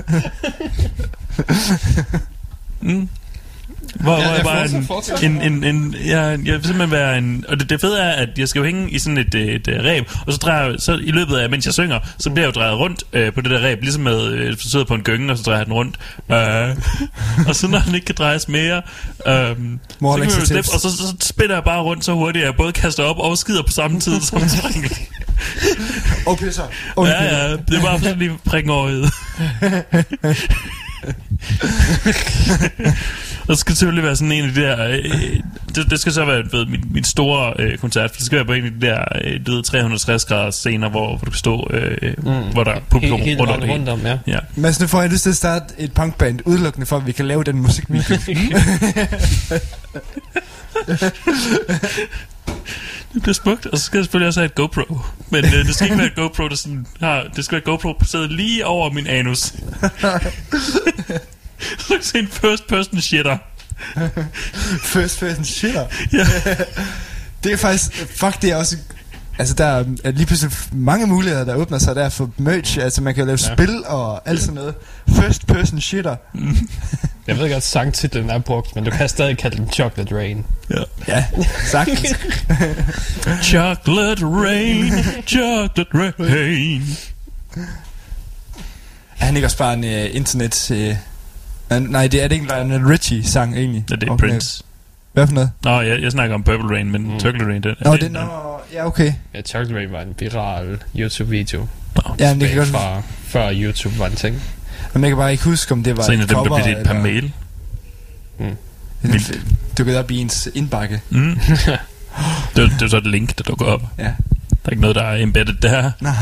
Hvor jeg bare jeg vil simpelthen være en... Og det fede er, at jeg skal jo hænge i sådan et ræb, og så drejer jeg, så i løbet af, mens jeg synger, så bliver jeg jo drejet rundt på det der ræb, ligesom med sidder på en gynge, og så drejer jeg den rundt. Og så når den ikke kan drejes mere, og så spiller jeg bare rundt så hurtigt, at jeg både kaster op og skider på samme tid som springer. Og pisser. Ja, det er bare for lige prikken over i. Og det skal selvfølgelig være sådan en af de der det skal så være min store koncert, for det skal være på en af de der 360 graders scener, hvor du kan stå hvor der er publikum rundt om, ja. Mads, nu får jeg lyst til at starte et punkband udelukkende for, at vi kan lave den musikvideo. Det bliver smukt. Og så skal jeg selvfølgelig også have et GoPro. Men det skal ikke være et GoPro, der sådan har... Det skal være et GoPro placeret lige over min anus. Så kan se en first person shitter. First person shitter? Ja. Det er faktisk... Fuck, det er også... Altså, der er lige pludselig mange muligheder, der åbner sig der for merch. Altså, man kan lave spil og alt sådan noget. First person shitter. Jeg ved godt, sangtitlen er brugt, men du kan stadig kalde den Chocolate Rain. Ja, sagtens. Chocolate rain, chocolate rain. Er han ikke også bare en internet... nej, det er det ikke en Richie-sang egentlig. Ja, det er Prince. Hvad for noget? Nå, jeg snakker om Purple Rain, men Chocolate Rain, den... Ja, okay. Ja, Chocolate Rain var en viral YouTube-video. Ja, men det kan godt... Fra før YouTube var en ting. Men jeg kan bare ikke huske, om det var så en af dem, cover, der blev det per mail. Du kan op i ens indbakke. Det er så et link, der dukker op. Ja. Der er ikke noget, der er embedded der. Nej.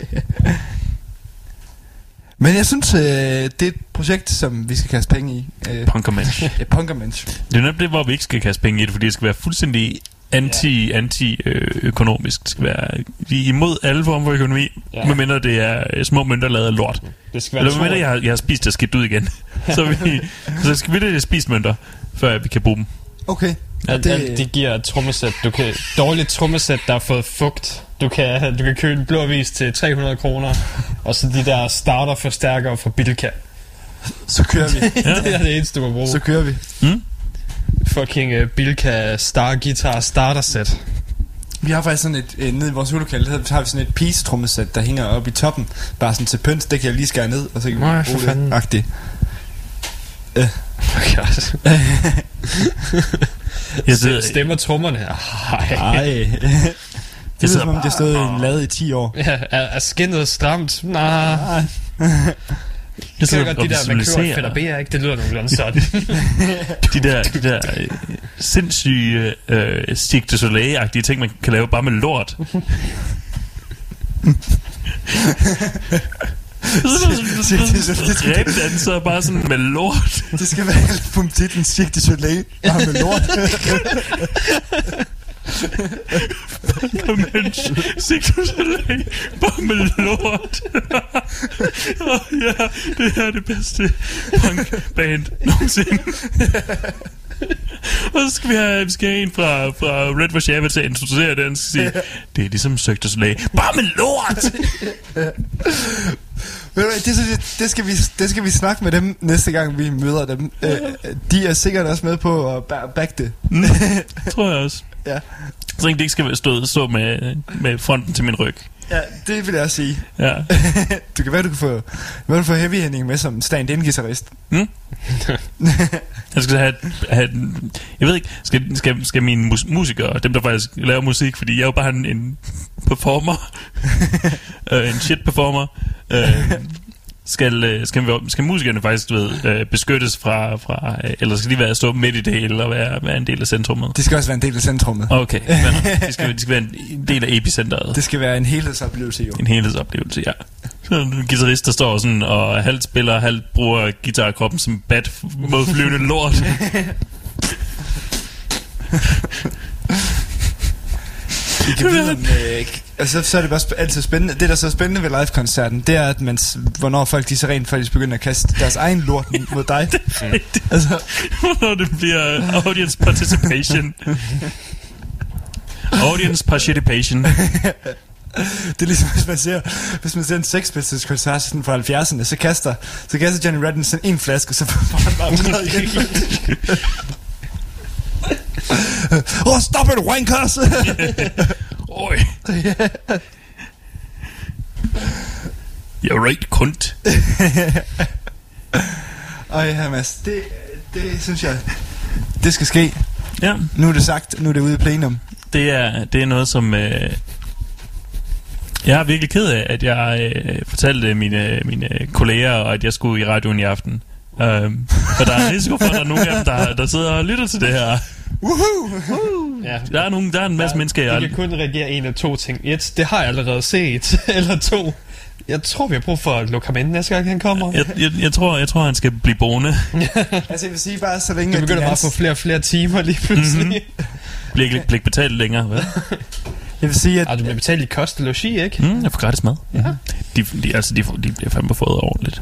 Men jeg synes, det er et projekt, som vi skal kaste penge i. Punkermensch. Ja, Punkermensch. Det er netop det, hvor vi ikke skal kaste penge i det, fordi det skal være fuldstændig anti-økonomisk. Det skal være imod alle former for økonomi, medmindre det er små mønter lavet af lort. Det skal være eller medmindre jeg har spist det skidt ud igen. så skal vi det spist mønter, før vi kan bruge dem. Okay. Det giver et trommesæt. Dårligt trommesæt, der har fået fugt. Du kan købe en blå avis til 300 kroner. Og så de der starter-forstærkere fra Bilka. Så kører vi. Det er det eneste, du må bruge. Så kører vi. Fucking Bilka Star Guitar starter set. Vi har faktisk sådan et nede i vores udelokale, har vi sådan et piece trommesæt, der hænger oppe i toppen, bare sådan til pynt. Det kan jeg lige skære ned, og så kan vi bruge det agtigt. Jeg stemmer trommerne her. Ej. Det lyder som om det stod lavet i 10 år. Ja, er skinnet stramt? Nej. Det er godt de der, man køber fedt og bære, ikke? Det lyder nogenlunde sådan. de der sindssyge Cirque du Soleil-agtige ting, man kan lave bare med lort. Ræbdanser bare sådan med lort. Det skal være albumtitlen Cirque du Soleil, bare med lort. Punkermensch, Cirque du Soleil, bare med lort. Ja, det her er det bedste punkband nogensinde. Og så skal vi have en fra Red Warszawa til at introducere den og sige, det er ligesom Cirque du Soleil, bare med lort. Det skal vi snakke med dem næste gang vi møder dem. De er sikkert også med på at back det. Tror jeg også. Ja. Så det ikke skal stå med fronten til min ryg. Ja, det vil jeg også sige. Ja. Du kan få Heavy Henning med som stand-in-guitarist. Jeg skal have jeg ved ikke, skal mine musikere, dem der faktisk laver musik, fordi jeg er jo bare en performer, en shit performer, skal musikerne faktisk beskyttes fra eller skal de være stå midt i det hele og være en del af centrummet? De skal også være en del af centrummet. Okay, de skal være en del af epicenteret. Det skal være en helhedsoplevelse jo. En helhedsoplevelse, ja. Så en guitarist der står sådan og halvt spiller, halvt bruger guitarkroppen som bat mod flyvende lort. I kan vide, om, altså, så er det bare altid spændende. Det der så er spændende ved live-koncerten, det er at hvornår folk de så rent faktisk begynder at kaste deres egen lort mod dig. Altså, hvornår det bliver audience participation. Audience participation. Det er ligesom hvis man ser en Sex Pistols koncert fra 70'erne, så kaster Johnny Rotten sådan en flaske, og så får han bare ud igen. Stop it, wankers! Oj. You're right, kunt. Ej, Mads, det synes jeg, det skal ske. Ja. Nu er det sagt, nu er det ude i plenum. Det er noget, som... jeg er virkelig ked af, at jeg fortalte mine kolleger, at jeg skulle i radioen i aften. For der er risiko for, at der er nogen af dem, der sidder og lytter til det her. Ja, der er en masse mennesker. Jeg kan kun reagere en af to ting. Et, det har jeg allerede set. Eller to, jeg tror vi har brug for at lukke ham ind næste gang han kommer. Jeg tror han skal blive boende. Altså jeg vil sige bare så længe du begynder bare at få flere og flere timer lige pludselig. bliver ikke betalt længere, hvad? Jeg vil sige, at... du bliver betalt i kost og logi, ikke? Jeg får gratis mad. Ja. De bliver fandme fået ordentligt.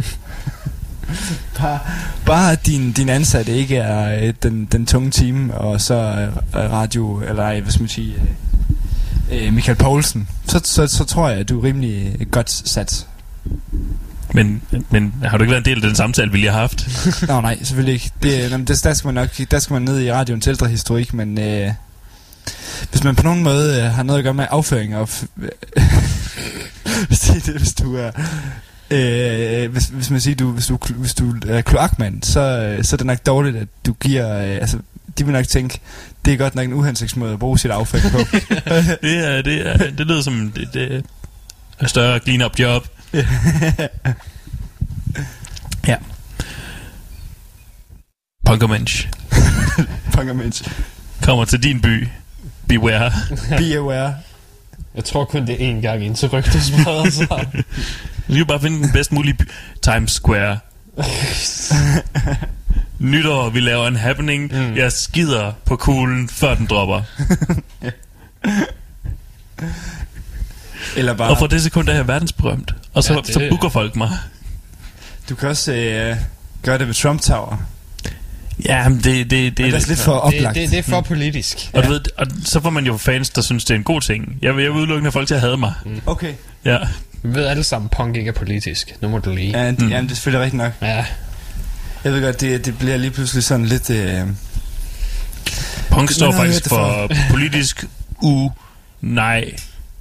Bare at din ansatte ikke er den tunge time, og så radio, eller ej, hvad skal man sige, Michael Poulsen, så tror jeg, at du er rimelig godt sat. Men har du ikke været en del af den samtale, vi lige har haft? Nej, selvfølgelig ikke. Der skal man ned i radioens ældre historik, men hvis man på nogen måde har noget at gøre med afføring og hvis du er hvis man siger hvis du er kloakmand, så er det nok dårligt, at du giver de vil nok tænke, det er godt nok en uhensigtsmåde at bruge sit affald på. det lyder som et større clean-up job. Ja. Punkermensch kommer til din by. Beware. Beware. Jeg tror kun det er én gang ind til rygtet spreder sig. Vi skal bare finde den bedst mulige Times Square. Nytår, vi laver en happening. Jeg skider på kuglen, før den dropper. Eller bare... Og for det sekund er jeg verdensberømt. Og så booker folk mig. Du kan også gøre det ved Trump Tower. Ja, men det er lidt for oplagt. Det er for politisk. Og, du ved, og så får man jo fans, der synes, det er en god ting. Jeg vil udelukkende folk til at hade mig. Okay. Ja. Vi ved alle sammen, punk ikke er politisk. Nu må du lige. Ja, jamen, det er selvfølgelig rigtigt nok. Ja. Jeg ved godt, det bliver lige pludselig sådan lidt... Punk står faktisk for politisk nej.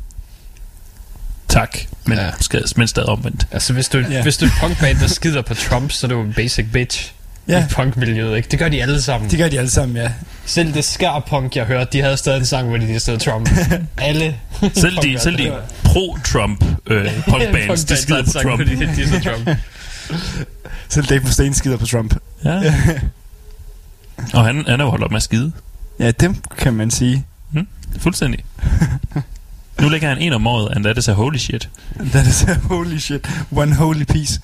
Tak. Men, men stadig omvendt. Altså, hvis du er et punkband, der skider på Trump, så er du en basic bitch. I punkmiljøet, ikke? Det gør de alle sammen. Ja. Selv det skar-punk, jeg hørte, de havde stadig en sang, hvor de stod Trump. Alle. Selv de pro-Trump punkbands, de skider på Trump. De stod Trump. Selv Dave Mustaine skider på Trump. Ja. Og han er jo holdt op med at skide. Ja, det kan man sige. Fuldstændig. Nu lægger han en om året, and that is a holy shit. That is a holy shit. One holy piece.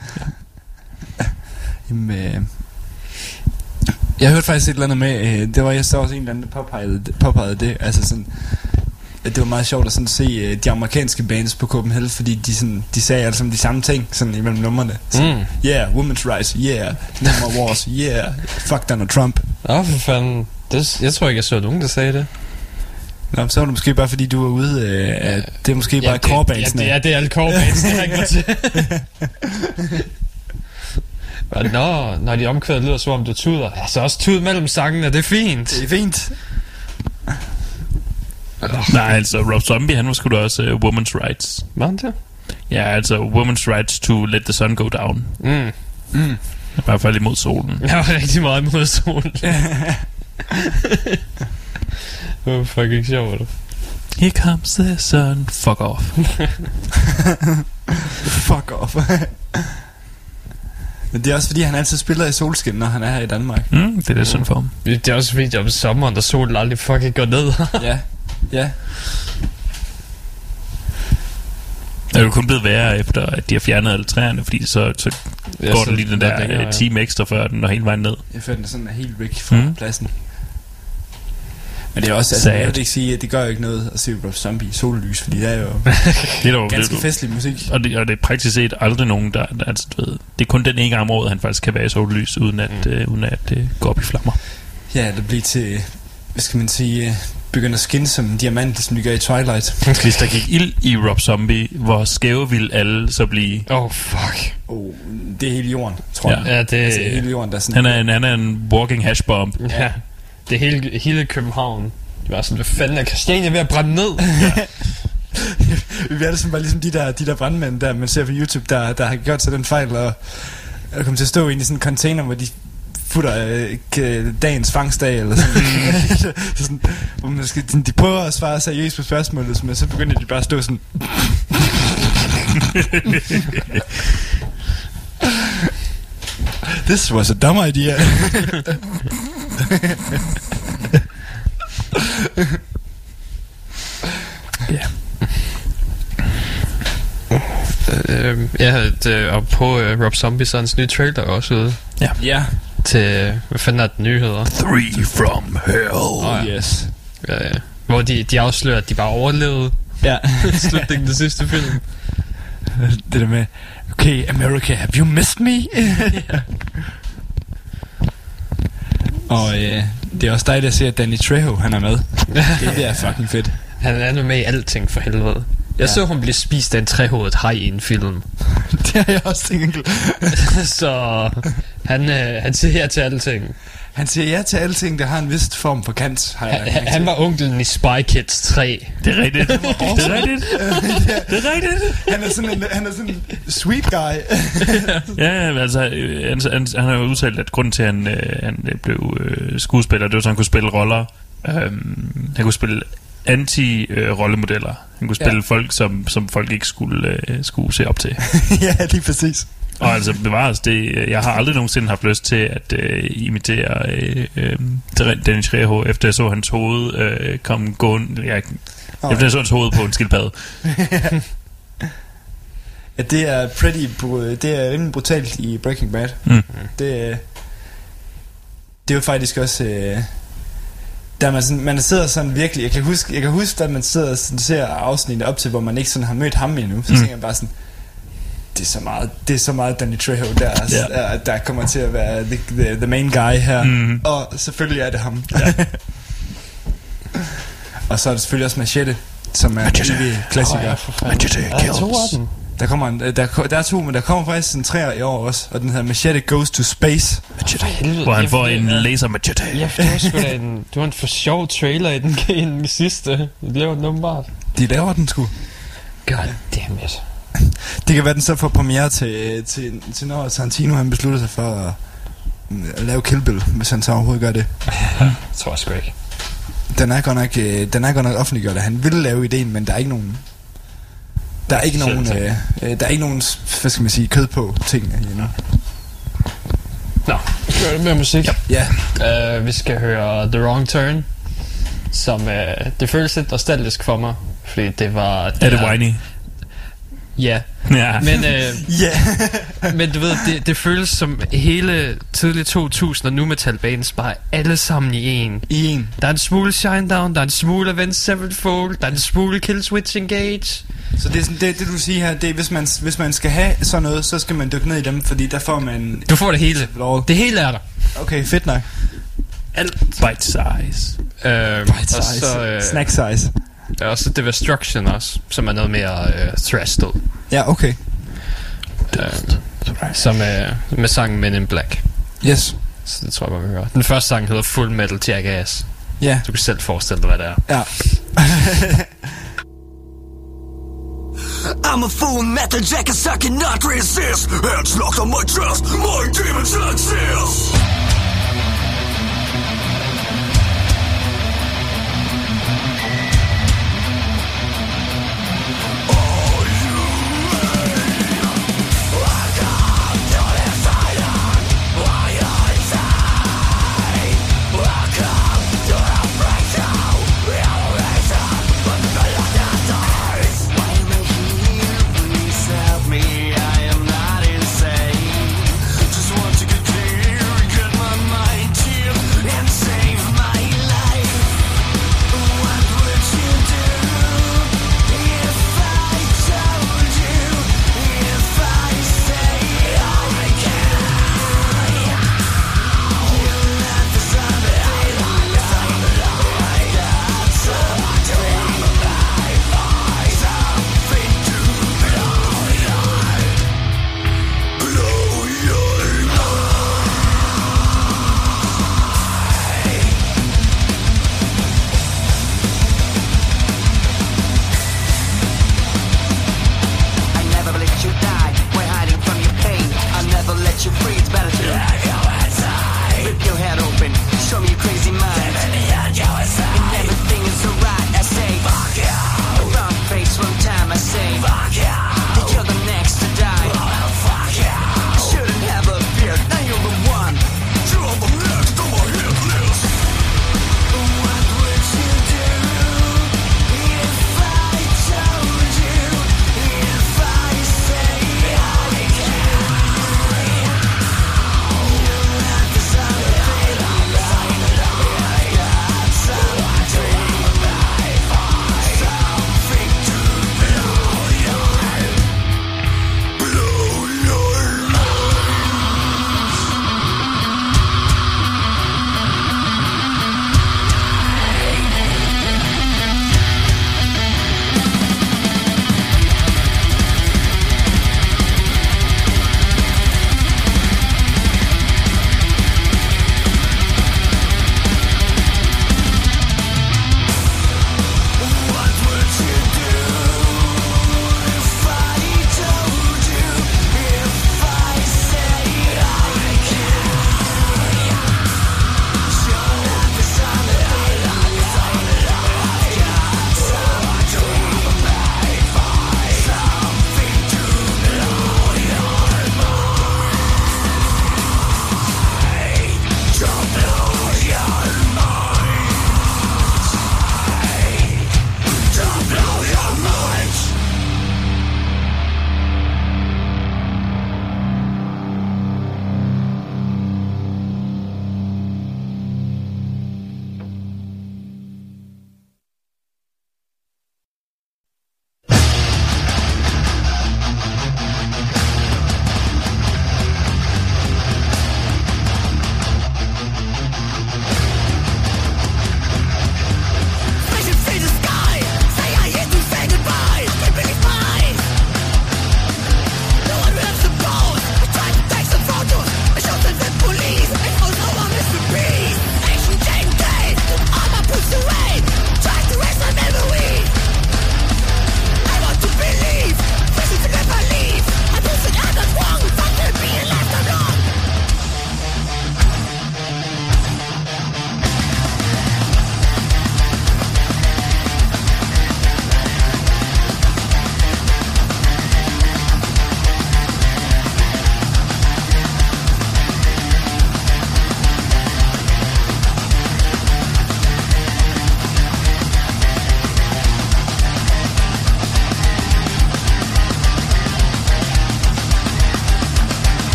Jamen, jeg hørte faktisk et eller andet med, det var jeg så også en eller anden, der påpegede det, altså sådan, at det var meget sjovt at sådan se de amerikanske bands på Copenhagen, fordi de sagde alle sammen de samme ting sådan imellem numrene. Yeah, women's rights, yeah, no more wars, yeah, fuck Donald Trump. For fanden, jeg tror ikke jeg så nogen der sagde det. Nå, så var det måske bare fordi du var ude at det er måske bare core-bandsene. Ja, det er alle core-bands, det har ikke til. Når de omkvæder lyder som om du tuder. Altså også tud mellem sangene, det er fint. Det er fint. Nej, altså Rob Zombie, han var sgu da også women's rights. Var han det? Ja, altså women's rights to let the sun go down. I hvert fald imod solen. Jeg var rigtig meget imod solen. Det var fucking sjovt. Here comes the sun. Fuck off. Fuck off. Men det er også fordi han altid spiller i solskin, når han er her i Danmark. Det er lidt sådan for ham. Det er også fordi det er om sommeren, der solen aldrig fucking går ned. Ja. Det er jo kun blevet værre efter at de har fjernet alle træerne, fordi så går der lige den der time ekstra før den når hele vejen ned. Jeg føler den sådan er helt væk fra pladsen. Men det er også, altså, jeg vil ikke sige, at det gør jo ikke noget at se Rob Zombie i sollys, fordi det er jo ganske festlig musik. Og det er praktisk set aldrig nogen, der altså, ved, det er kun den ene gang om året, han faktisk kan være i sollys, uden at gå op i flammer. Ja, det bliver til, hvad skal man sige, begynder at skinne som en diamant, som de gør i Twilight. Hvis der gik ild i Rob Zombie, hvor skæve vil alle så blive? Fuck. Det er hele jorden, tror jeg. Ja, det altså, hele jorden, der er sådan... Han er en walking hashbomb. Ja. Det hele København. Det var sådan, hvad fanden er Christiania ved at brænde ned? Vi er sådan bare ligesom de der brandmænd, der man ser på YouTube, der har gjort sig den fejl, og kommer til at stå ind i sådan en container, hvor de putter dagens fangstdag, eller sådan, hvor man skal, de prøver at svare seriøst på spørgsmålet, men så begynder de bare at stå sådan... This was a dumb idea. Og på Rob Zombie, så hans nye trailer også ude. Ja. Til, hvad fanden er den nye hedder? 3 from Hell. Yes. Hvor de afslører, at de bare overlevede. Ja. Slutningen af sidste film. Det der med, okay, America, have you missed me? Og det er også dejligt at se, at Danny Trejo, han er med. Det er fucking fedt. Han er nu med i alting, for helvede. Jeg så, hun blev spist af en trehovedet haj i en film. Det har jeg også tænkt. Så han siger ja til alting. Han siger ja til alting, der har en vis form for kant. Han var onkelen i Spy Kids 3. Det er rigtigt. Det er rigtigt. Det er rigtigt. Han er sådan en sweet guy. Ja, altså han har jo udtalt, at grunden til, at han blev skuespiller, det var, så han kunne spille roller. Han kunne spille anti-rollemodeller. Han kunne spille folk, som folk ikke skulle se op til. Ja, lige præcis. Og altså bevares det. Jeg har aldrig nogensinde haft lyst til at imitere Danny Trejo, efter jeg så hans hoved komme gående. Efter jeg så hans hoved på en skildpadde. Ja, det er rimelig brutalt i Breaking Bad. Det er jo faktisk også der man sidder sådan virkelig. Jeg kan huske at man sidder og ser afsnittet op til, hvor man ikke sådan har mødt ham endnu. Så tænker jeg bare sådan, det er så meget Danny Trejo der kommer til at være the main guy her. Og selvfølgelig er det ham. Og så er det selvfølgelig også Machete, som er en klassiker. Machete kills. Der er to, men der kommer faktisk en 3'er i år også, og den hedder Machete Goes to Space. Hvor han får en laser machete. Ja, det var en for sjov trailer i den sidste. De laver den åbenbart. De laver den sgu. God damn it. Det kan være, den så får premiere til når Tarantino han beslutter sig for at lave Kill Bill, hvis han så overhovedet gør det. Jeg tror sgu ikke. Den er godt nok offentliggjort, at han ville lave ideen, men der er ikke nogen... Der er ikke nogen, hvad skal man sige, kød på tingene endnu. Nå, gør det med musik. Ja. Vi skal høre The Wrong Turn, som det føles lidt nostalgisk for mig, fordi det var... Er det whiny? Ja. Men, men du ved, det føles som hele tidlige 2000 og nu metal bands bare alle sammen i en. Der er en smule Shinedown, der er en smule Avenged Sevenfold, der er en smule Killswitch Engage. Så det er sådan, det du siger her, det er hvis man skal have sådan noget, så skal man dykke ned i dem, fordi der får man... Du får det hele. Det hele er der. Okay, fedt nok. Alt. Bite size. Bite size. Snack size. Der er også Destruction også, som er noget mere thrashed. Ja, okay. Som med sangen Men in Black. Yes. Så det tror jeg, man vil høre. Den første sang hedder Full Metal Jackass. Ja. Du kan selv forestille dig, hvad det er. Ja. I'm a full metal jackass, I cannot resist. Hands locked on my chest, my demons exist. Me, I am not insane. Just want to get clear, get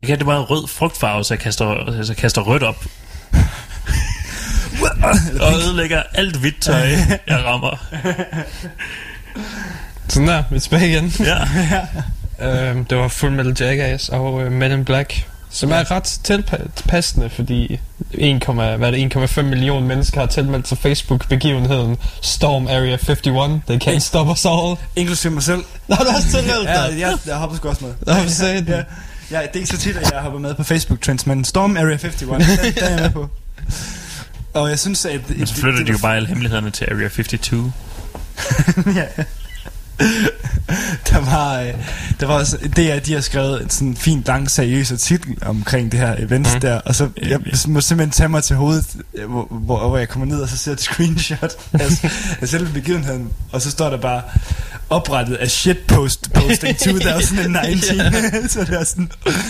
kan det bare rød frugtfarve, så jeg kaster rødt op. Og ødelægger alt hvidt tøj, jeg rammer. Sådan der, vi er tilbage igen. Ja. Det var Full Metal Jackass og Men in Black, som er ret tilpassende, fordi 1,5 millioner mennesker har tilmeldt sig Facebook-begivenheden Storm Area 51. They can't stop us all. Inklusive mig selv. Nå, du har også tilmeldt dig. Ja, jeg hopper sgu også med. Nå, hvad sagde du? Ja, det er ikke så tit, at jeg hopper med på Facebook-trends, men Storm Area 51, der er jeg med på. Og jeg synes, at... Men så flytter de jo bare alle hemmelighederne til Area 52. Ja. Der var også det, de har skrevet en sådan fint, lang, seriøs artikel omkring det her event der, og så jeg må simpelthen tage mig til hovedet, hvor jeg kommer ned, og så ser et screenshot af selve begivenheden, og så står der bare oprettet af shitposting 2019. Så det er sådan...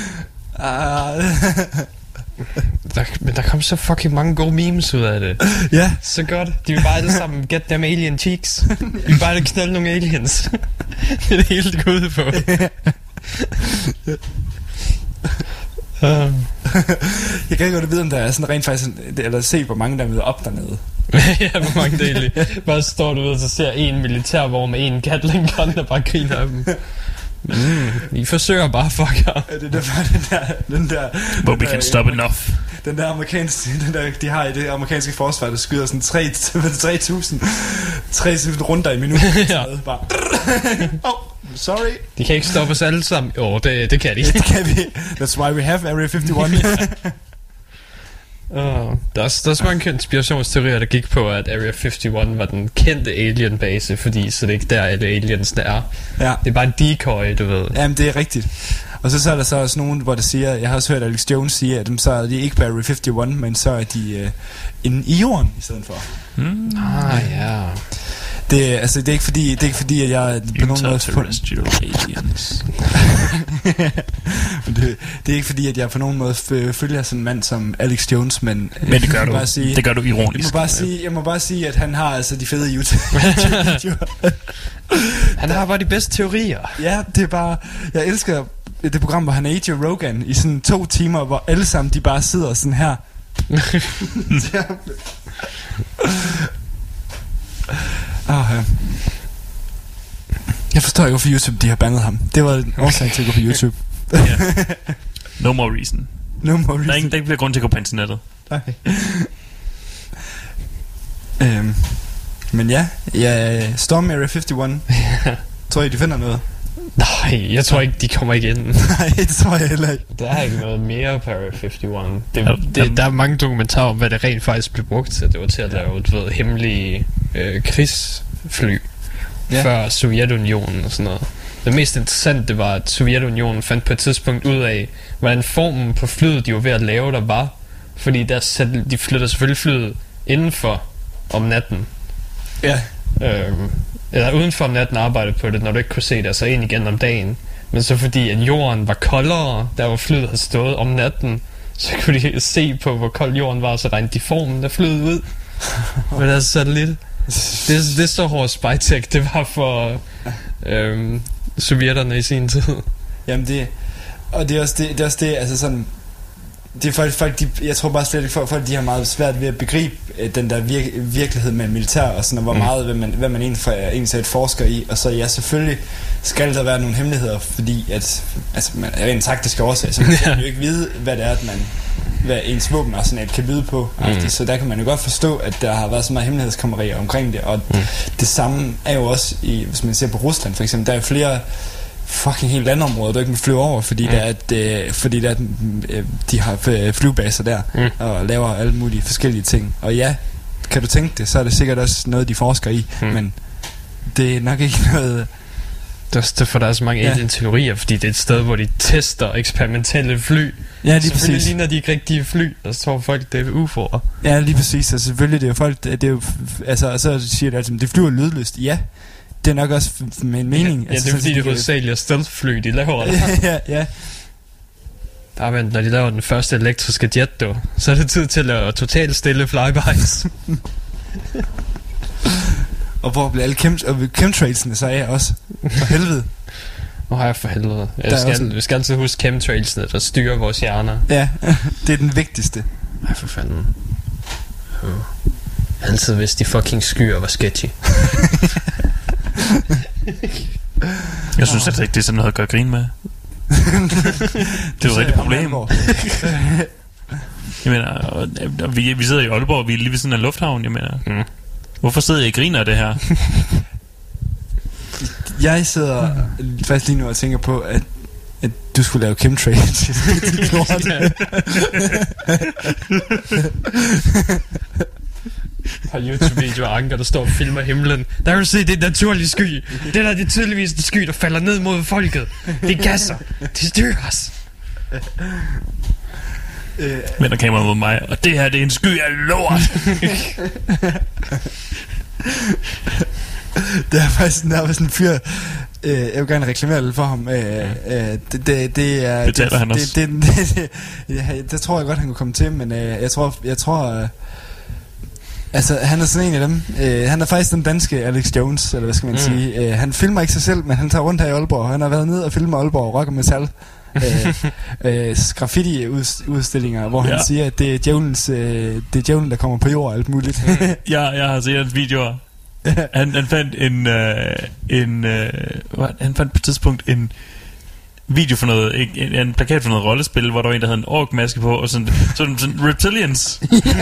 Men der kom så fucking mange gode memes ud af det. Ja. Så godt. De vil bare alle sammen get them alien cheeks. De vil bare knalde nogle aliens. Det er det hele, det går ud på. Jeg kan ikke godt vide, om der er sådan rent faktisk eller se, hvor mange der møder op dernede. Ja, hvor mange det egentlig. Bare står du ud, og så ser en militærvogn med en Gatling gun, der bare griner af dem. I forsøger bare, fucker. Det er den der But we can stop enough. Den der amerikanske, de har i det amerikanske forsvar, der skyder sådan 3.000 runder i minuttet. Ja. Bare sorry. De kan ikke stoppe os alle sammen. Det kan de. Det kan vi. That's why we have Area 51. Der er også mange konspirationsteorier, der gik på, at Area 51 var den kendte alien-base, fordi så det ikke der alle aliensene er. Ja. Det er bare en decoy, du ved. Jamen, det er rigtigt. Og så er der så også nogen, hvor der siger, jeg har også hørt Alex Jones sige, at så er de ikke på Area 51, men så er de inde i jorden i stedet for. Ja. Det er ikke fordi at jeg på nogen måde aliens. det er ikke fordi at jeg på nogen måde følger sådan en mand som Alex Jones, men det gør du. Det gør du ironisk. Jeg må bare sige, at han har altså de fede YouTube-videoer. Han har bare de bedste teorier. Ja, det er bare, jeg elsker det program, hvor han er Joe Rogan i sådan 2 timer, hvor alle sammen de bare sidder sådan her. Jeg forstår ikke, hvorfor YouTube de har bandet ham. Det var en årsag til at gå på YouTube. No more reason. Der er ikke bliver grund til at gå på internettet. Okay. Men ja, Storm Area 51. Tror I, de finder noget? Nej, jeg tror ikke, de kommer igen. Nej, det tror jeg heller ikke. Der er ikke noget mere på Area 51. Der er mange dokumentarer om, hvad det rent faktisk blev brugt til. Det var til at lave hemmelige krigsfly før Sovjetunionen og sådan noget. Det mest interessante var, at Sovjetunionen fandt på et tidspunkt ud af, hvordan formen på flyet, de var ved at lave, der var. Fordi de flytter selvfølgelig flyet indenfor om natten. Ja. Eller udenfor om natten arbejdede på det, når du ikke kunne se det, og så ind igen om dagen. Men så fordi at jorden var koldere, der hvor flyet havde stået om natten, så kunne de se på, hvor kold jorden var, så regnede de formen af flyet ud. Men altså satellit. Det er så hårdt spy-tech, det var for sovjetterne i sin tid. Jamen det er også det, altså sådan. Det er folk jeg tror bare slet ikke, folk de har meget svært ved at begribe den der virkelighed med militær og sådan, og hvor meget hvad man egentlig er et forsker i, og så ja, selvfølgelig skal der være nogle hemmeligheder, fordi at man er en taktisk årsag, så man kan jo ikke vide, hvad det er, hvad ens våben og sådan et kan byde på. Så der kan man jo godt forstå, at der har været så meget hemmelighedskammerier omkring det, og det samme er jo også hvis man ser på Rusland for eksempel, der er flere fucking helt landområder, du ikke må flyve over, fordi de har flyvebaser der og laver alle mulige forskellige ting. Og ja, kan du tænke det, så er det sikkert også noget, de forsker i, men det er nok ikke noget. For der er så mange alien teorier, fordi det er et sted, hvor de tester eksperimentelle fly. Ja, lige selvfølgelig præcis. ligner de ikke rigtige fly, og så tror folk, det er UFO'er. Ja, lige præcis. Altså selvfølgelig, det er jo folk, det er jo, altså, så siger det altså, det flyver lydløst. Ja, det er nok også med en mening. Ja, det er fordi, det er hovedsageligt er stealth-fly, de laver der. Ja. Bare vent, når de laver den første elektriske jet, så er det tid til at totalt stille flybys. Og hvor bliver alle chemtrailsene så af også? For helvede. For helvede. Vi skal altid huske chemtrailsene, der styrer vores hjerner. Ja, det er den vigtigste. Ej, for fanden. Altid hvis de fucking skyer var sketchy. Jeg synes altså ikke, det er sådan noget at gøre grin med. Det er jo et rigtigt problem. Jeg mener, og vi sidder i Aalborg, vi er lige ved sådan en lufthavn, jeg mener. Hvorfor sidder jeg og griner af det her? Jeg sidder faktisk lige nu og tænker på, at du skulle lave chemtrails. Har YouTube-video af Anker, der står og filmer himlen. Der kan du se, det er en naturlig sky. Det der, det er tydeligvis en sky, der falder ned mod folket. Det er gasser. Det styrer os. Vender kameraet mod mig, og det her, det er en sky af lort. Der er faktisk en fyr. Jeg vil gerne reklamere lidt for ham. Det er betaler han også? Det tror jeg godt han kunne komme til. Men jeg tror altså han er sådan en af dem. Han er faktisk den danske Alex Jones, eller hvad skal man sige. Han filmer ikke sig selv, men han tager rundt her i Aalborg. Han har været ned og filmet Aalborg rock og metal. Graffiti-udstillinger, hvor han siger, at det er djævlen, der kommer på jord og alt muligt. Jeg har set hans videoer. Han fandt han fandt på et tidspunkt en video for noget, en plakat for noget rollespil, hvor der var en, der havde en ork-maske på, og sådan reptilians.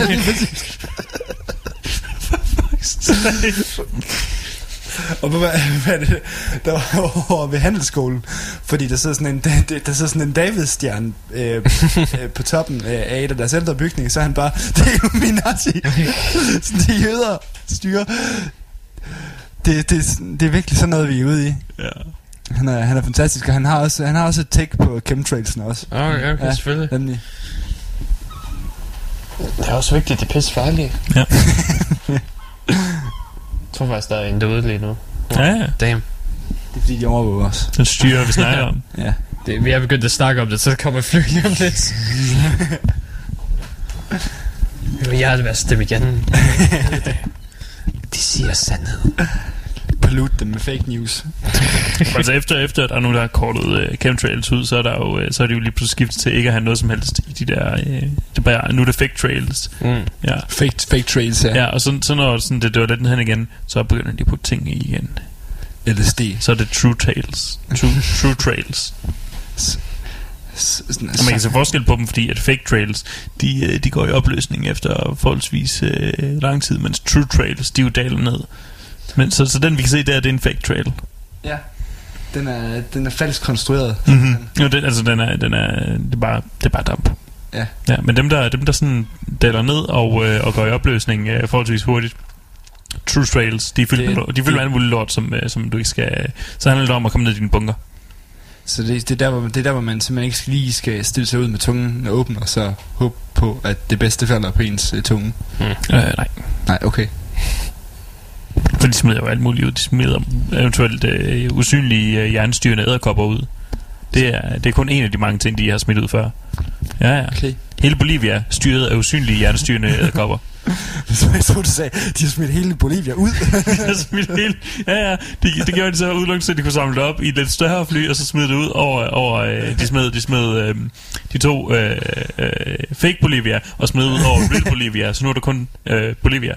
Og hvad er det? Der var over ved handelsskolen, fordi der sidder sådan en Davidstjerne på toppen af et af deres ældre bygninger, så han bare, det er jo Illuminati. Sådan de jøder styrer. Det er virkelig sådan noget, vi er ude i. Ja. Han er fantastisk, og han har også et take på chemtrailsen også. Okay, ja, selvfølgelig. Nemlig. Det er også vigtigt, det er pisse farligt. Ja. Jeg tror faktisk, der er en derude lige nu. Ja. Damn. Det er fordi, de overvåger os. Den styrer, vi snakker om. Ja. Vi er begyndt at snakke om det, så kommer fly lige om lidt. Jeg har det værste stemme igen. De siger sandhed. Pollute dem med fake news. Altså efter at der er nogen, der har kortet chemtrails ud, så er det jo lige pludselig skiftet til ikke at have noget som helst i de der nu er det fake trails. Ja. Fake trails, ja. Ja, og så når sådan, det dør lidt hen igen, så begynder de at putte ting i igen. LSD. Så er det true trails. True trails. Og man kan se forskel på dem, fordi at fake trails de går i opløsning efter forholdsvis lang tid, mens true trails de jo daler ned. Men så den vi kan se der, det er en fake trail. Ja. Den er falsk konstrueret. Jo, det er bare damp. Ja. Ja, men dem der sådan daler ned og går i opløsning forholdsvis hurtigt. True trails, de er fyldt med alt muligt lort, som du ikke skal. Så handler det om at komme ned i dine bunker. Så det er der, hvor man simpelthen ikke lige skal stille sig ud med tungen åben, og så håbe på, at det bedste falder på ens tunge. Nej. Nej, okay. For de smider jo alt muligt ud. De smider eventuelt usynlige hjernestyrende edderkopper ud. Det er kun en af de mange ting, de har smidt ud før. Ja. Okay. Hele Bolivia styret af usynlige hjernestyrende edderkopper. Jeg tror du sagde, de har smidt hele Bolivia ud. De har smidt hele. Ja. Det gjorde de så udelukkende, så de kunne samle det op i et lidt større fly, og så smed det ud over de smed de to fake Bolivia og smed ud over real Bolivia. Så nu er det kun Bolivia.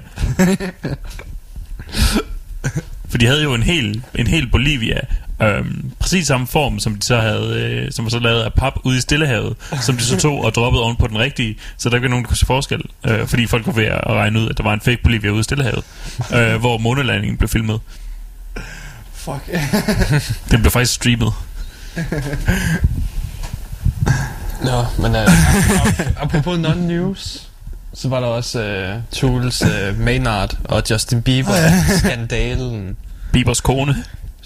For de havde jo en hel Bolivia, præcis samme form, som de så havde, som var så lavet af pap ude i Stillehavet, som de så tog og droppede oven på den rigtige, så der ikke var nogen, der kunne se forskel, fordi folk var ved at regne ud, at der var en fake Bolivia ude i Stillehavet, hvor månelandingen blev filmet. Fuck. Den blev faktisk streamet. Nå, men apropos non-news, så var der også Tools Maynard og Justin Bieber skandalen. Biebers kone.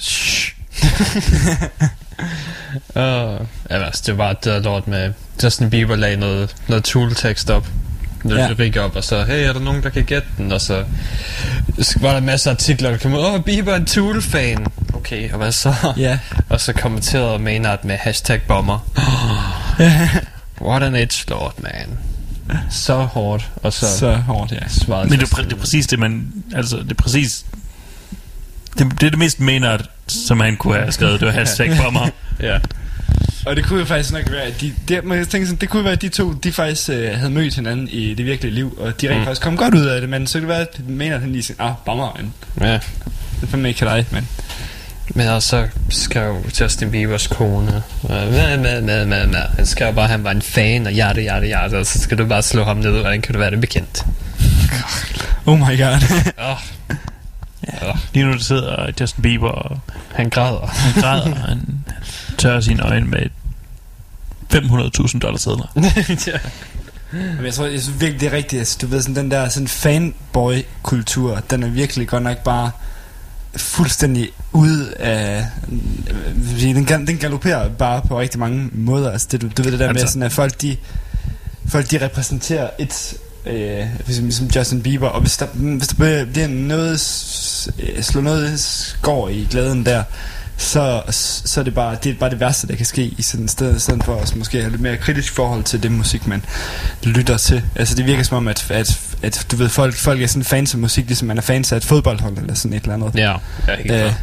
Altså, det var det lort med Justin Bieber lagde noget Tool-tekst op, noget lyrik op, og så, hey, er der nogen, der kan gætte den? Og så var der masser af artikler, der kom ud, Bieber er en Tool-fan. Okay, og hvad så? Ja. Og så kommenterede Maynard med #bomber. What an edge lord, man. Så hårdt, og så hårdt, ja. Men det er præcis det, man... Altså, det er præcis... Det er det mest Maynard som han kunne have skrevet. Det var hashtag for mig. Ja. Og det kunne jo faktisk nok være, at det kunne være, at de to, de faktisk havde mødt hinanden i det virkelige liv, og de rent faktisk kom godt ud af det, men så kan det være, at de mener, at han lige siger, bommer, men Ja. det er fandme ikke dig, men... Men også så skrev Justin Biebers kone, han skrev bare, at han var en fan, og jarte, og så skal du bare slå ham ned, hvordan kan du være det bekendt? Oh my god. Ja. Lige nu der sidder Justin Bieber, og han græder. Han tørrer sine øjne med $500,000 sedler. Ja. Men jeg synes virkelig, det er rigtigt. Altså, du ved, sådan den der sådan fanboy-kultur, den er virkelig godt nok bare fuldstændig ude af... Den galopperer bare på rigtig mange måder. Altså, du ved det der med, sådan, at folk de repræsenterer et... som Justin Bieber, og hvis der bliver noget slå noget skår i glæden der, så er det bare det værste, der kan ske i sådan et sted, i stedet for os måske have lidt mere kritisk forhold til det musik, man lytter til. Altså det virker som om, at du ved, folk er sådan fans af musik, ligesom man er fans af et fodboldhold eller sådan et eller andet. Ja, helt klart.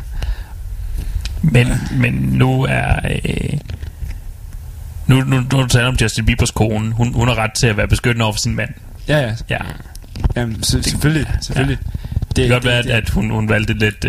Men nu er... Nu taler om Justin Biebers kone. Hun har ret til at være beskyttende over for sin mand. Ja. Jamen, selvfølgelig. Ja. Det kan godt være, at hun valgte lidt...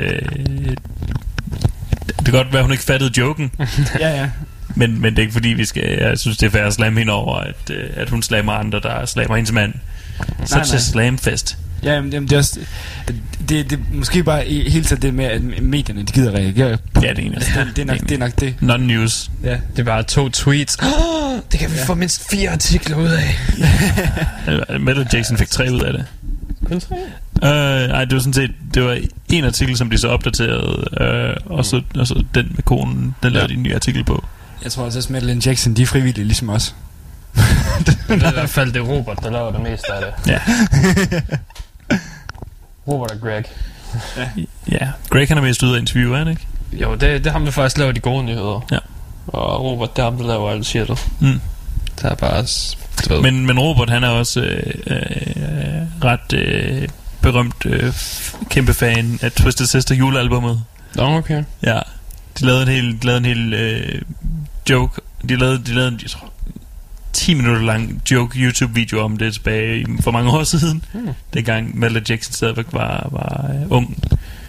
det kan godt være, at hun ikke fattede joken. Ja. Men det er ikke fordi, jeg synes, det er fair at slamme hende over, at hun slammer andre, der slammer hendes mand. Så til slamfest. Ja, men det er også... Det er måske bare i hele tiden det med, at medierne, de gider reagere. Ja, det er nok det. Non-news. Ja. Det er bare 2 tweets. Det kan vi få mindst 4 artikler ud af. Metal Jackson fik 3 ud af det. Kun 3? Nej, det var sådan set... Det var en artikel, som de så opdaterede, og så den med konen, den lavede de en ny artikel på. Jeg tror også, at Metal Injection, de er frivillige, ligesom os. Det er i hvert fald det Robert, der laver det meste af det. Ja. Robert og Greg. Ja, Greg han er mest ude af interview, er han ikke? Jo, det er ham, der faktisk laver de gode nyheder. Ja. Og Robert, det er ham, der laver alt shitet. Det er bare... Men Robert, han er også ret berømt kæmpe fan af Twisted Sister julealbummet. Okay. Ja. De lavede en hel joke. De lavede en 10 minutter lang joke YouTube-video om det tilbage for mange år siden. Dengang Metal Injection stadigvæk var ung.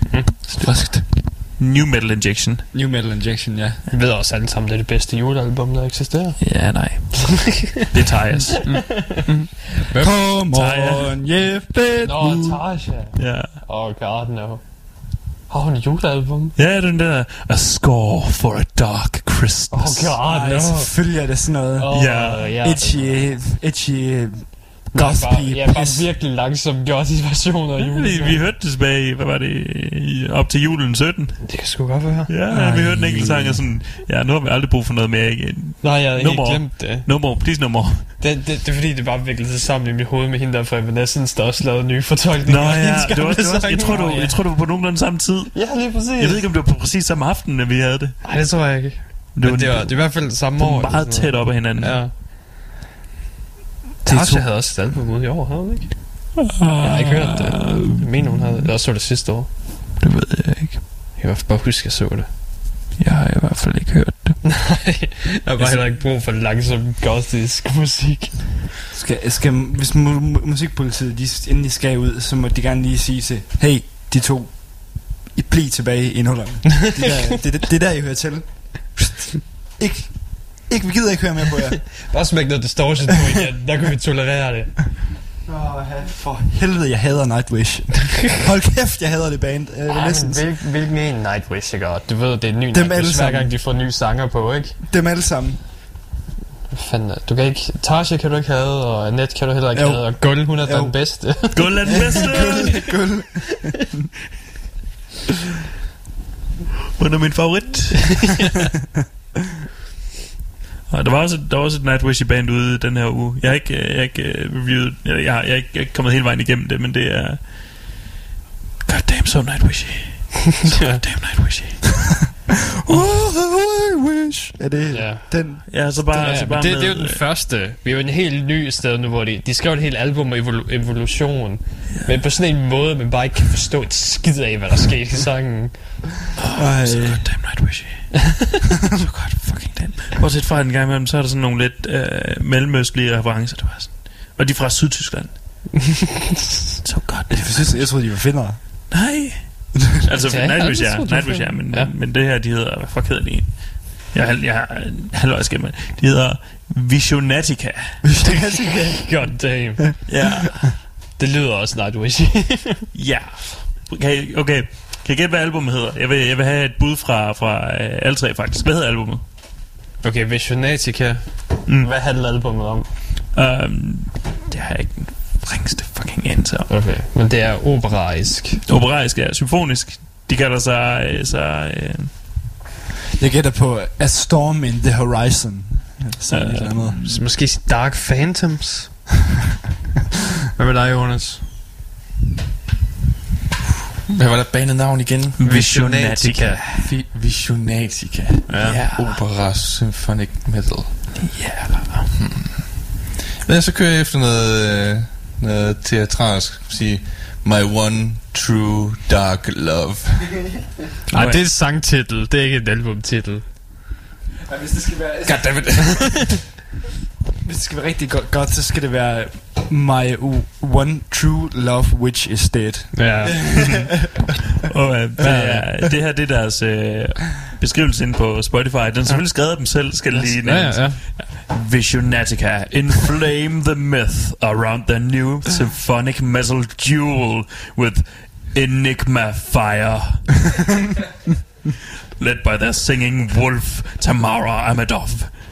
New Metal Injection. New Metal Injection, ja. Jeg ved også alle sammen, det er det bedste julealbum, der eksisterer. Ja, nej. Det er Tyres. Come on, yeah, fit. Tasha. Ja. Oh god, no. Har hun et julealbum? Ja, den der A Score for a Dark Christmas. Oh god, no. Selvfølgelig er det sådan noget. Etchy gospel. Ja, bare virkelig langsomt gospel versioner af julen. Vi hørte det tilbage, hvad var det, op til julen 17. Det kan sgu godt være. Ja, vi hørte en enkelt sang og sådan, ja, nu har vi aldrig brug for noget mere igen. Nej, jeg havde helt glemt det. No more, please no more. Det er fordi, det bare virkelig sig sammen i mit hoved med hende der fra Evanescence, der også lavede nye fortolkninger. Nå ja, jeg tror det var på nogenlunde samme tid. Ja, lige præcis. Jeg ved ikke, om det var på præcis samme aften, at vi havde det. Nej, det tror jeg ikke. Men det var i hvert fald samme år. Det var meget tæt op af hinanden. Ja. Tasha havde også et album ude i år, havde hun ikke? Jeg har ikke hørt det. Jeg mener, hun havde. Jeg også så det sidste år. Det ved jeg ikke. Jeg kan bare huske, at jeg så det. Jeg har i hvert fald ikke hørt det. Nej, jeg har bare heller ikke brug for langsom gothisk musik. Hvis musikpolitiet inden de skal ud, så må de gerne lige sige til, hey, de to, I bliv tilbage i indholderne. Det er der, I hører til. Ikke, vi gider ikke høre mere på jer. Bare smæk noget distortion på igen. Der kan vi tolerere det. For helvede, jeg hader Nightwish. Hold kæft, jeg hader det band. Hvilken en Nightwish, ikke? Du ved, det er en ny Nightwish, hver gang de får nye sanger på, ikke? Dem alle sammen. Fanden, du kan ikke... Tasha kan du ikke have, og Annette kan du heller ikke have, og Guld, hun er den bedste. Guld er den bedste! Guld. Hun er min favorit. Og der var også et Nightwish band ude den her uge. Jeg har ikke reviewet, jeg er ikke kommet hele vejen igennem det, men det er goddamn so Nightwishy. So goddamn Nightwishy. Nightwish? Er det den? Ja, så bare... det er jo den første. Vi er jo en helt ny sted nu, hvor de skrev et helt album om evolution. Ja. Men på sådan en måde, man bare ikke kan forstå et skid af, hvad der sker i sangen. Så godt, damn Nightwish. Så godt, fucking den. Bortset fra en gang imellem, så er der sådan nogle lidt mellemøstlige referencer, det var sådan. Og de er fra Sydtyskland. Så godt. Jeg troede, de var findere. Nej. Altså Nightwish, men det her, de hedder, hvad fuck hedder de? Jeg har halvvejs gennem. De hedder Visionatica. God damn. Ja. Det lyder også Nightwish. Ja. Okay. Kan jeg gætte, hvad albumet hedder? Jeg vil have et bud fra alle tre, faktisk. Hvad hedder albumet? Okay, Visionatica. Hvad handler albumet om? Det har jeg ikke den ringeste fucking anelse om. Okay, men det er operaisk. Operaisk, ja. Symfonisk. De kalder sig... Jeg gætter på A Storm in the Horizon. Måske Dark Phantoms. Hvad med dig, Jonas? Hvad var der banenavn igen? Visionatica. Visionatica. Ja. Opera Symphonic Metal. Ja. Men så kører jeg efter noget teatralsk. Sige My One True Dark Love. Nej, det er et sangtitel. Det er ikke et albumtitel. Hvis det skal være... Goddammit. Hvis det skal være rigtig godt, så skal det være My One True Love Which Is Dead. Ja. Og det her, det er deres beskrivelse inde på Spotify. Den er selvfølgelig skrevet af dem selv, skal det lige nævnes. Ja. Visionatica inflame the myth around the new symphonic metal jewel with Enigma Fire. Led by their singing wolf Tamara Amadov.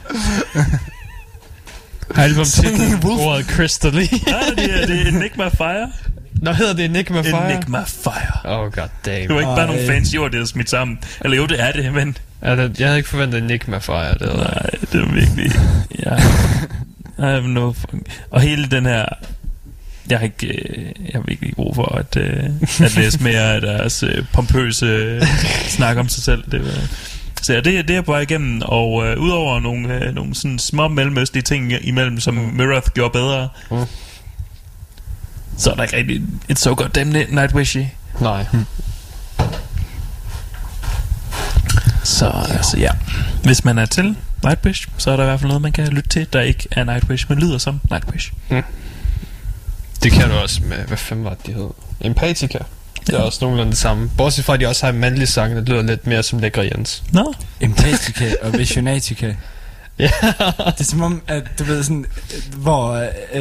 Albumtitlen ordet Crystal i. Det er Enigma Fire. Nå, hedder det Enigma Fire? Enigma Fire. Oh god damn. Det var ikke bare nogle fancy ord, det er smidt sammen. Eller jo, det er det, men... Jeg havde ikke forventet Enigma Fire. Nej, det var virkelig... Ja. I have no fucking... Og hele den her... Jeg har virkelig brug for at læse mere af deres pompøse snak om sig selv. Det var... Så det er på vej igennem. Og udover nogle sådan små mellemøstlige ting imellem, som Mirath gjorde bedre, så er der ikke rigtig et så godt damn Nightwish. Nej. Så altså ja, hvis man er til Nightwish, så er der i hvert fald noget man kan lytte til, der ikke er Nightwish, men lyder som Nightwish. Det kan du også med, hvad fanden var det, de hed? Empatica. Det er også nogenlunde det samme. Bortset fra, at de også har en mandlig sang, der lyder lidt mere som Lækre Jens. Nå. Empatica og Visionatica. Ja. Det er som om, at du ved sådan, hvor...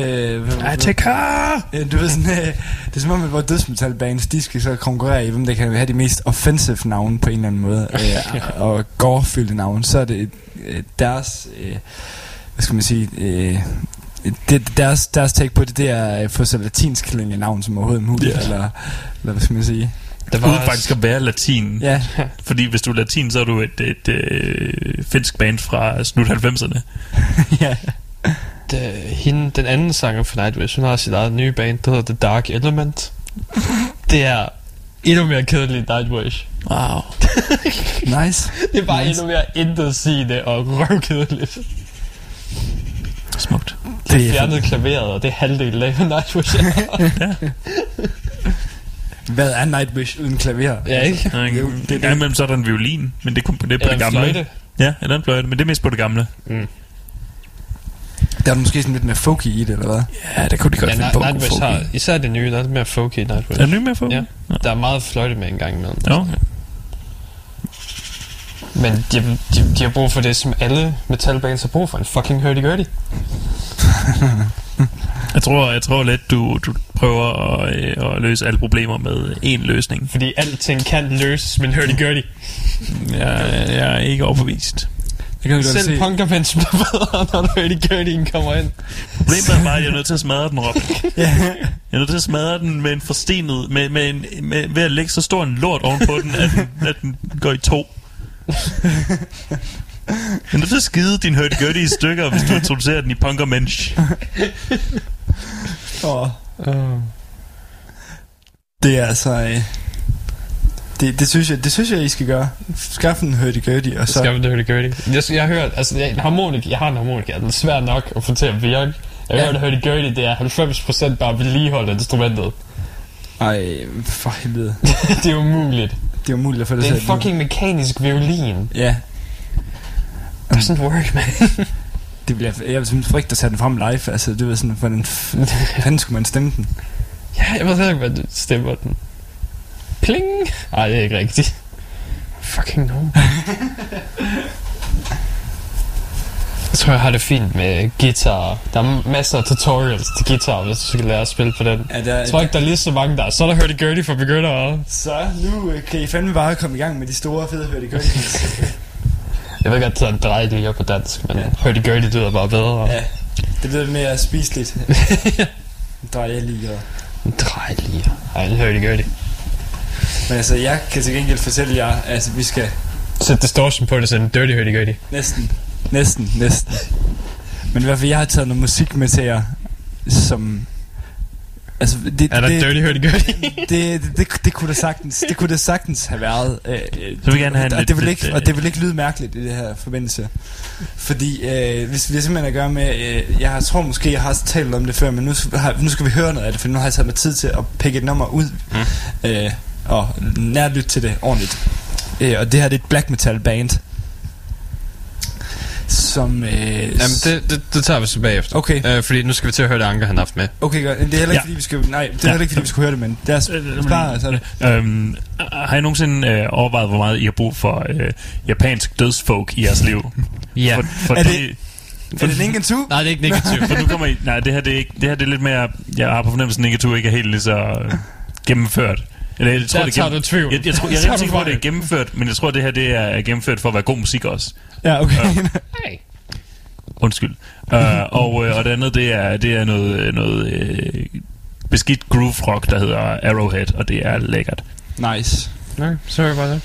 du ved sådan, det er som om, at hvor dødsmetalbands, de skal så konkurrere i, hvem der kan have de mest offensive navne på en eller anden måde, og gårdfyldte navne, så er det deres, hvad skal man sige, deres take på det er at få så latinsk klingende navn som overhovedet muligt, eller hvad skal man sige. Det var faktisk at være latin. Ja. Fordi hvis du er latin, så er du et finsk band fra slut 90'erne. Ja. Den anden sanger for Nightwish, hun har sit eget nye band, der hedder The Dark Element. Det er endnu mere kedeligt Nightwish. Wow. Nice. Det er bare endnu mere intetsigende og røvkedeligt. Smukt. Det er fjernet klaveret, og det er halvdelen af Nightwish. Ja. Hvad er Nightwish uden klaver? Ja, ikke? Det er imellem så er der en violin, men det er på det gamle. Fløjte. Ja, eller en fløjte, men det er mest på det gamle. Der er måske sådan lidt mere folky i det, eller hvad? Ja, det kunne de godt finde på. Nightwish har, især det nye, der er lidt mere folky Nightwish. Er det nye mere folky? Ja. Der er meget fløjte med en gang imellem. Ja. Men de har brug for det, som alle metalbands har brug for, en fucking hurdy-gurdy. Jeg tror lidt, du prøver at løse alle problemer med én løsning. Fordi alting kan løses med en hurdy-gurdy. Jeg er ikke overbevist. Selv punkerbands bliver bedre, når hurdy-gurdyen kommer ind. Problemet er bare, at jeg er nødt til at smadre den, Robin. Jeg er nødt til at smadre den med en forstenet, med ved at lægge så stor en lort ovenpå den, at den går i 2. Men du skal skide din hurdy-gurdy i stykker, hvis du introducerer den i punkermensch. Det er altså Det synes jeg I skal gøre. Skaff en hurdy-gurdy og så Skaff en hurdy-gurdy. Jeg har hørt, altså jeg har en harmonika. Den er svær nok at få til at virke. Jeg har hørt, at hurdy-gurdy, det er 90% bare vedligeholde instrumentet. Ej, for helvede. Det er umuligt. Det er umuligt at få det til. Det er en fucking mekanisk violin. Ja. Doesn't work, man. Det bliver, jeg vil simpelthen frygte at tage den frem live. Altså, det var sådan, hvordan fanden skulle man stemme den? Ja, jeg ved ikke, hvad du stemmer den. Pling! Ej, det er ikke rigtigt. Fucking no. Jeg tror, jeg har det fint med guitar. Der er masser af tutorials til guitar, hvis du skal lære at spille på den. Ja, jeg tror ikke, der er lige så mange der. Så er der hurdy-gurdy for begyndere. Så nu kan I fandme bare komme i gang med de store, fede hurdy-gurdy. Jeg ved godt, at der er en drejeliger på dansk, men hurdy-gurdy lyder bare bedre. Ja, det lyder mere spiseligt. Drejeliger. Drejeliger. Ej, en hurdy-gurdy. Men altså, jeg kan til gengæld fortælle jer, altså vi skal sætte distortion på det, så en dirty hurdy-gurdy. Næsten. Men i hvert fald, jeg har taget noget musik med til jer, som... Altså, er der dirty hurdy-gurdy? Det kunne det sagtens have været. Så vil gerne have det vil ikke lyde mærkeligt i det her forbindelse. Fordi hvis vi simpelthen at gøre med... jeg tror måske, jeg har talt om det før, men nu skal vi høre noget af det, for nu har jeg taget mig tid til at pikke et nummer ud. Og nærlytte til det ordentligt. Og det her, det er et black metal band, som... Jamen, det tager vi så bagefter. Okay. Fordi nu skal vi til at høre det, Anker han har haft med. Okay, godt. Det er heller ikke, fordi vi skal... Nej, det er heller ikke, fordi vi skal høre det, men det er bare så det. Har I nogensinde overvejet, hvor meget I har brug for japansk dødsfolk i jeres liv? Ja. Er det Ninkentu? Nej, det er ikke Ninkentu. For nu kommer I... Nej, det her det er ikke... Det her det er lidt mere... Jeg har på fornemmelsen, at Ninkentu ikke er helt lige så gennemført. Eller, jeg tror, der tager du tvivl. Jeg er ret sikker på, at det er gennemført, men jeg tror, det her det er gennemført for at være god musik også. Ja, okay. Hey. Undskyld. Og det andet, det er noget beskidt groove rock, der hedder Arrowhead, og det er lækkert. Nice. Okay, så hører jeg bare det.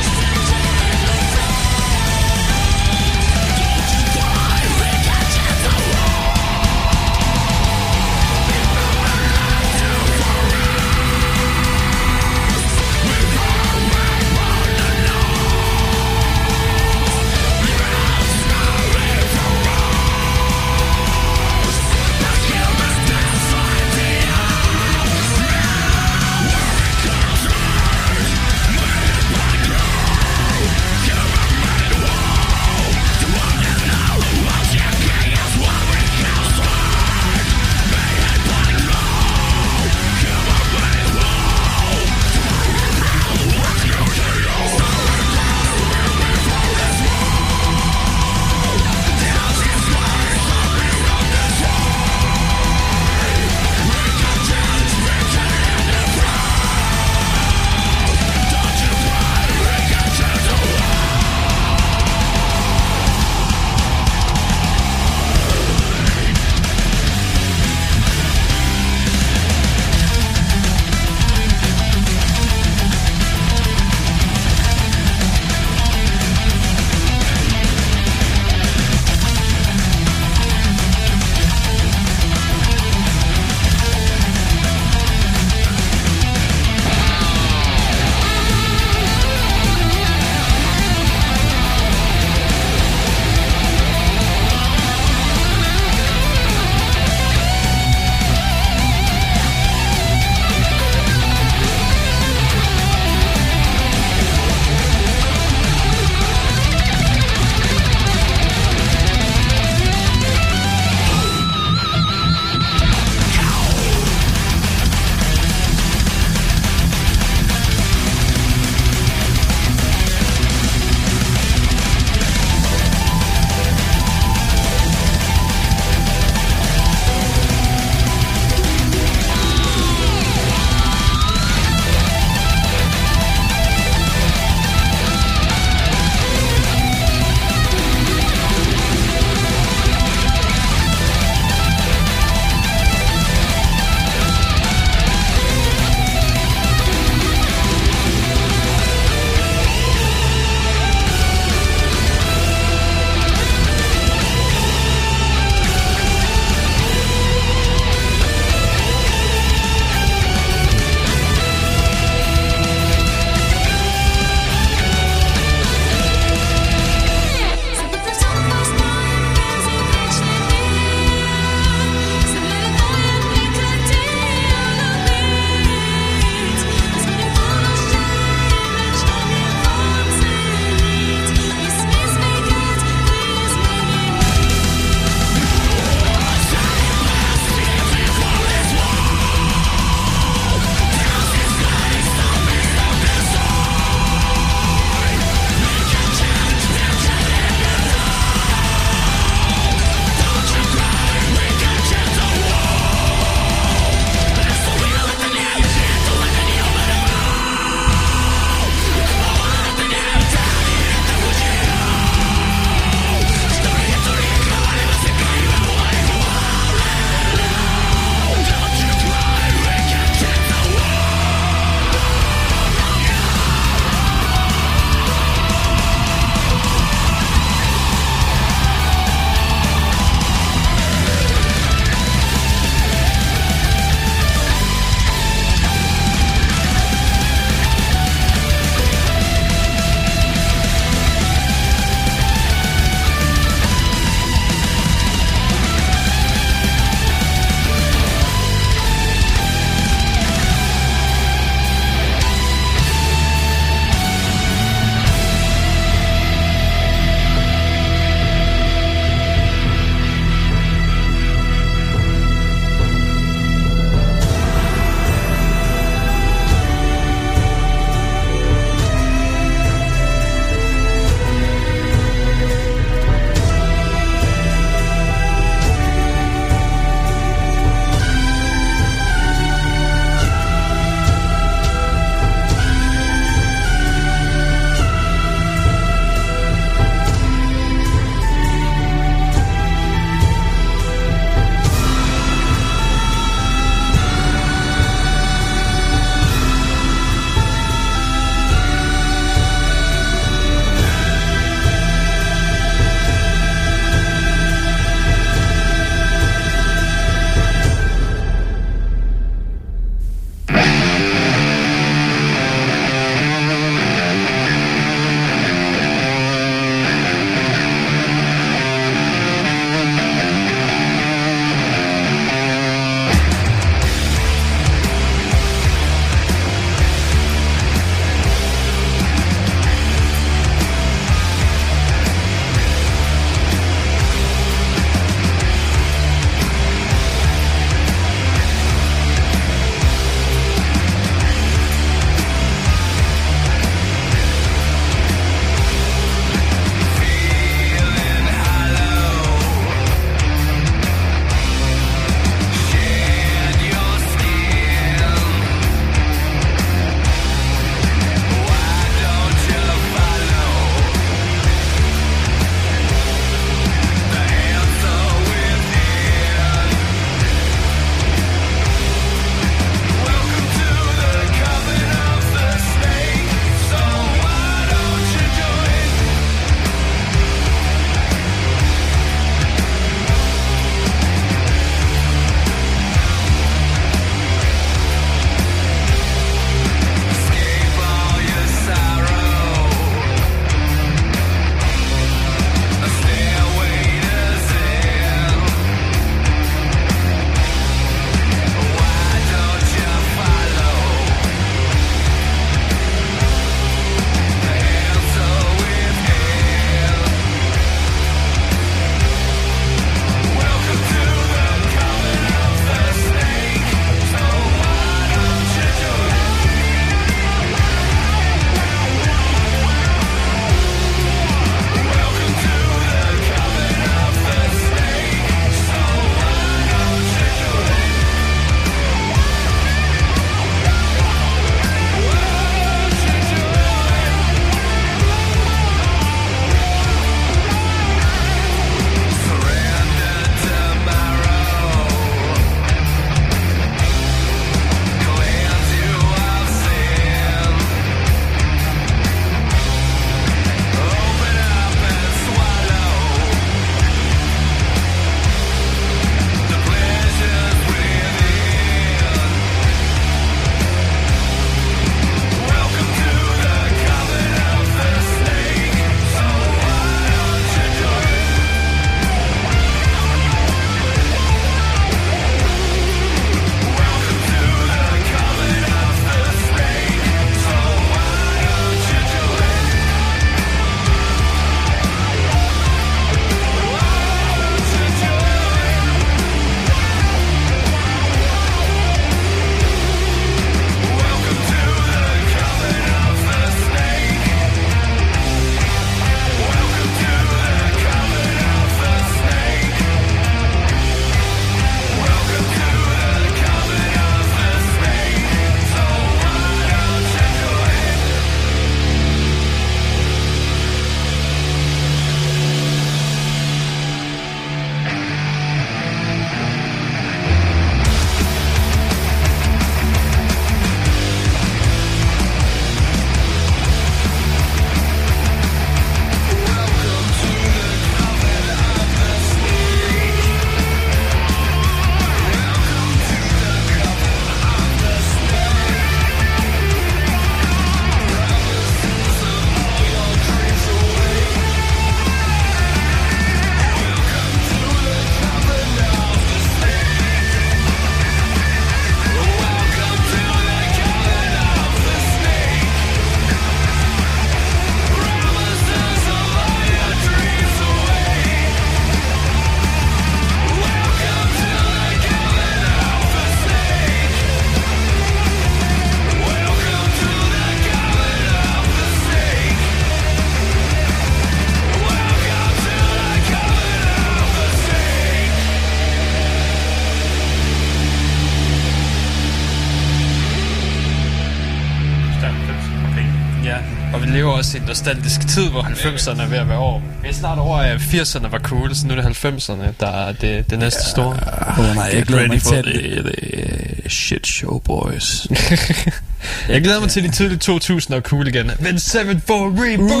Og vi lever også i en nostalgisk tid, hvor 90'erne er ved at være over. Vi er snart over, at 80'erne var cool, så nu er det 90'erne, der er det næste store. Nej, jeg glæder mig til the shit show, boys. Jeg glæder mig til de tidlige 2000 og cool igen. Men 7 for reboot!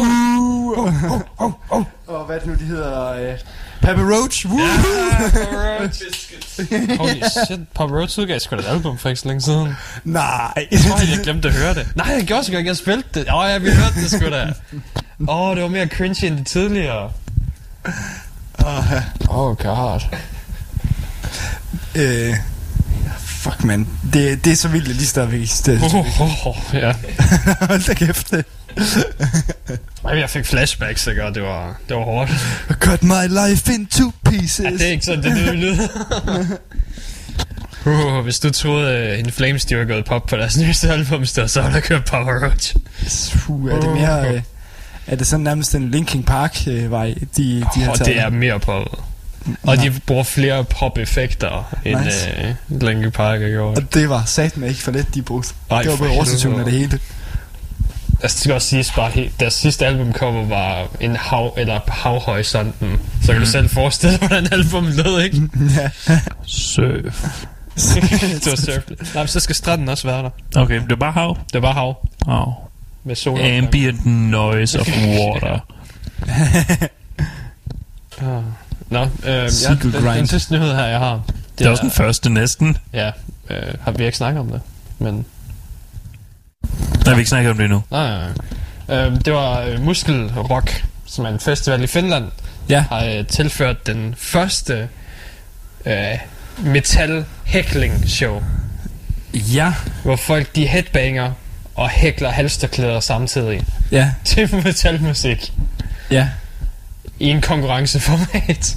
Og hvad nu de hedder? Papa Roach. Papa Roach. Holy shit, Papa Roach udgav sgu da et album for ikke så længe siden. Nej. Jeg glemte at høre det. Nej, jeg gjorde sgu ikke, jeg spillede det. Ja, vi hørte det sgu da. Det var mere cringy end det tidligere. God. Fuck, man. Det er så vildt, at de stadigvæk i stedet. Ja. Hold da kæft. Jeg fik flashbacks, ikke? Og det var hårdt. I cut my life into pieces. Ja, det er ikke sådan, det lyder. Hvis du troede, en Flames, de var gået pop på deres nyeste album, så var der kørt Papa Roach. Er det mere... er det sådan nærmest en Linkin Park-vej, de har taget? Det er mere pop. Og de bruger flere pop-effekter end Linkin Park har gjort. Og det var satme ikke for lidt, de brugte. Det var bare overstation af det hele. Jeg skal også sige, bare deres sidste albumcover var en havhorisonten. Så kan du selv forestille dig, hvordan albumet lød, ikke? Ja. Surf. Det var surf. Nej, men så skal stranden også være der. Okay, det er bare hav. Det er bare hav. Med sol. Ambient noise of water. Den sidste nyhed her, jeg har. Det er også den første næsten. Ja, har vi ikke snakket om det? Men... Nej, vi ikke snakket om det endnu. Nej. Det var Muskelrock, som er en festival i Finland. Ja. Har tilført den første metal-hækling-show. Ja. Hvor folk de headbanger og hækler halsterklæder samtidig. Ja. Til metalmusik. Ja. I en konkurrenceformat.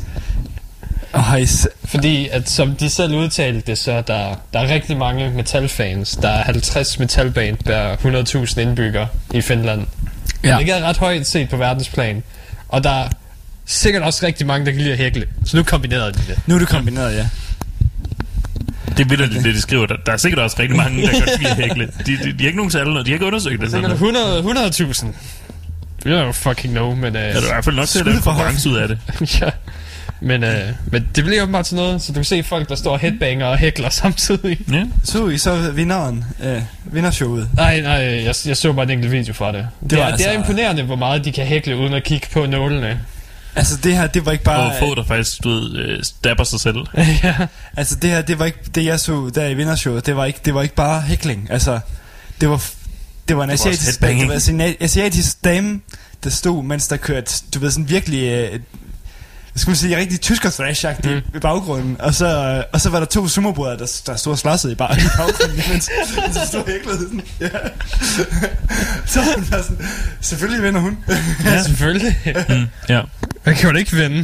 Fordi at som de selv udtalte det, så der er rigtig mange metalfans. Der er 50 metalband per 100.000 indbyggere i Finland. Ja. Det er ret højt set på verdensplan. Og der er sikkert også rigtig mange, der kan lide at hækle. Så nu kombinerede de det. Nu er det kombineret, ja. Det er vildt, det de skriver. Der er sikkert også rigtig mange, der kan lide at hækle. De har ikke nogen tal, og de har ikke undersøgt det. Sikkert 100.000. You don't fucking know, men... det er i hvert fald nok til at lave konkurrence ud af det. Ja. Men det bliver åbenbart til noget, så du kan se folk, der står og headbanger og hækler samtidig. Ja. Så vinderen, vindershowet. Nej, jeg så bare en enkelt video fra det. Det er imponerende, hvor meget de kan hækle uden at kigge på nålene. Altså det her, det var ikke bare... Og få der faktisk stabber sig selv. Ja. Altså det her, det var ikke det jeg så der i vindershowet. Det var ikke bare hækling. Altså det var en asiatisk dame, der stod, mens der kørte, du ved, sådan virkelig... skulle man sige, rigtig tysker-thrash-agtig i baggrunden. Og så var der 2 sumobrødre, der stod og slåssede i baggrunden, mens de stod og hæklede sådan. Ja. Så hun var sådan, selvfølgelig vinder hun. Ja, selvfølgelig. Ja. Man kan jo ikke vinde.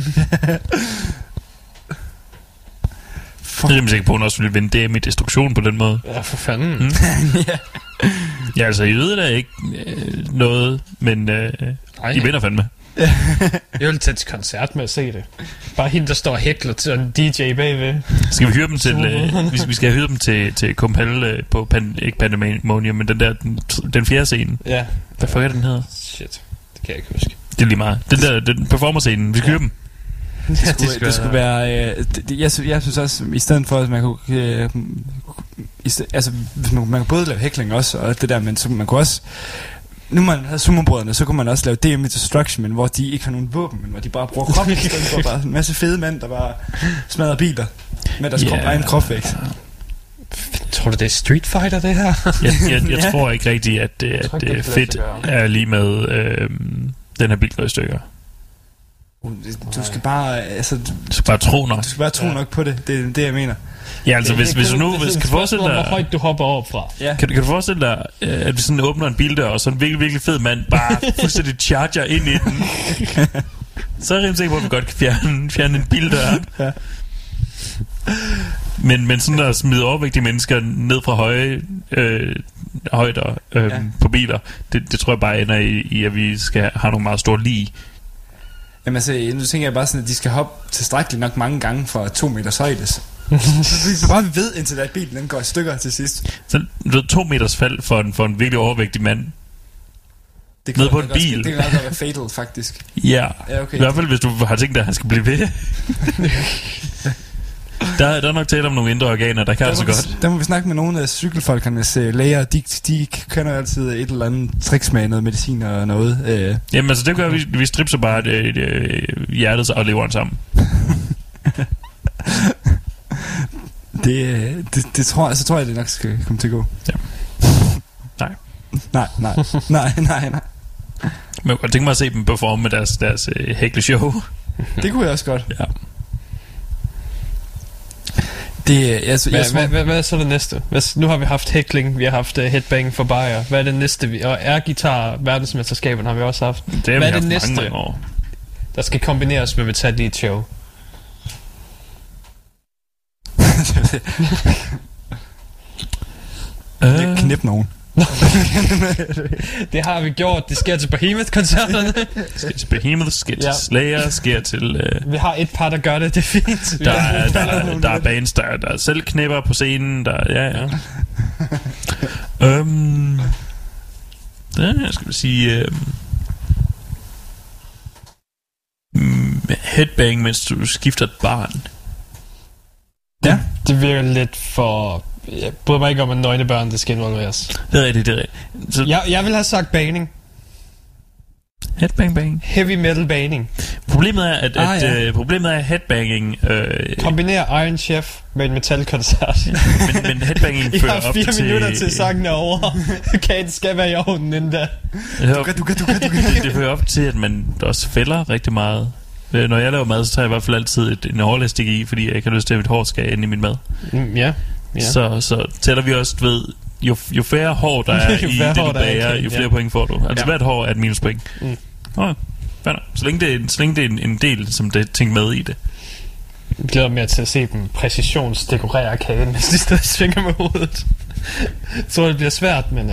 Det er nemlig sikker på, at hun også ville vinde DM i destruktion på den måde. Ja, for fanden. Ja. Ja, altså, I ved da ikke noget, men de vinder fandme. Jeg vil tage til koncert med at se det. Bare hende, der står og hækler til en DJ bagved. Skal vi hyre dem til vi skal hyre dem til Compel på ikke Pandemonium, men den fjerde scene. Ja. Hvad fuck er den hedder? Shit, det kan jeg ikke huske. Det er lige meget. Den performer-scenen, vi skal hyre dem. Det skulle være jeg synes også, i stedet for at man kunne altså hvis man kan både lave hækling også og det der, men så man kunne også, nu man havde sumobrødrene, så kunne man også lave DM i Destruction, men hvor de ikke har nogen våben, men hvor de bare bruger kroppen i stedet for bare en masse fede mænd, der bare smadrer biler med deres egen kropvægt. Tror du, det er Street Fighter, det her? Jeg tror ikke rigtigt, at fedt er lige med den her bil går i stykker. Du skal bare du skal bare tro nok. Du skal bare tro nok på det. Det er det, jeg mener. Ja, altså hvis du nu kan forestille dig, hvor højt du hopper op fra. Ja. Kan du forestille dig, at vi sådan åbner en bildør, og så en virkelig, virkelig fed mand bare fuldstændig charger ind i den. Så er jeg rimelig sikker på, at vi godt kan fjerne en bildør. Ja. Men sådan der smide overvægtige mennesker ned fra højder på biler, det tror jeg bare ender i at vi skal have nogle meget store lig. Jamen altså, nu tænker jeg bare sådan, at de skal hoppe tilstrækkeligt nok mange gange for 2 meters højde. Så vi bare ved, indtil at bilen den går i stykker til sidst. Så 2 meters fald for en virkelig overvægtig mand. Det nede på en bil. Det kan også være fatal, faktisk. Ja, okay. I hvert fald hvis du har tænkt dig, at han skal blive ved. Der er nok tale om nogle indre organer, der kan altså godt. Der må vi snakke med nogle af cykelfolkernes læger. De kender altid et eller andet tricks med noget medicin og noget. Jamen altså, det gør vi stripser bare hjertet og leveren sammen. det tror jeg, så tror jeg, det nok skal komme til at gå. Ja. Nej. Nej. Men jeg kunne tænke mig at se dem performe med deres hækleshow. Det kunne jeg også godt. Ja. Hvad er så det næste? Nu har vi haft hækling, vi har haft headbang for bajer. Hvad er det næste? Og air-guitar, verdensmesterskaberne har vi også haft. Hvad er det næste, der skal kombineres med Metal i et show? Knip nogen. Det har vi gjort. Det sker til Behemoth-koncerterne. Sker til Behemoth, sker til Slayer, sker til... Vi har et par, der gør det. Det er fint. Der er bands, der selv knipper på scenen. Ja. Skal vi sige... headbang, mens du skifter et barn. Ja. Det virker lidt for... Jeg bryder mig ikke om, at nøgne børn, det skal involveres. Det er rigtigt. Så jeg vil have sagt baning. Headbang. Heavy metal baning. Problemet er, at headbanging... Kombinerer Iron Chef med en metalkoncert. men headbanging fører op til... I har 4 minutter til sangen er over. Okay, det skal være i orden inden da. Det fører op til, at man også fælder rigtig meget. Når jeg laver mad, så tager jeg i hvert fald altid en overlæstik i, fordi jeg ikke har lyst til, at mit hår skal ind i min mad. Ja. Så tæller vi også, ved, jo færre hår der er i det du bager, jo flere point får du. Altså hvert hår er et minuspoint. Så længe det er en del, som det er tænkt med i det. Jeg glæder mig til at se dem præcisionsdekorere kagen, mens de stadig svinger med hovedet. Jeg tror, det bliver svært, men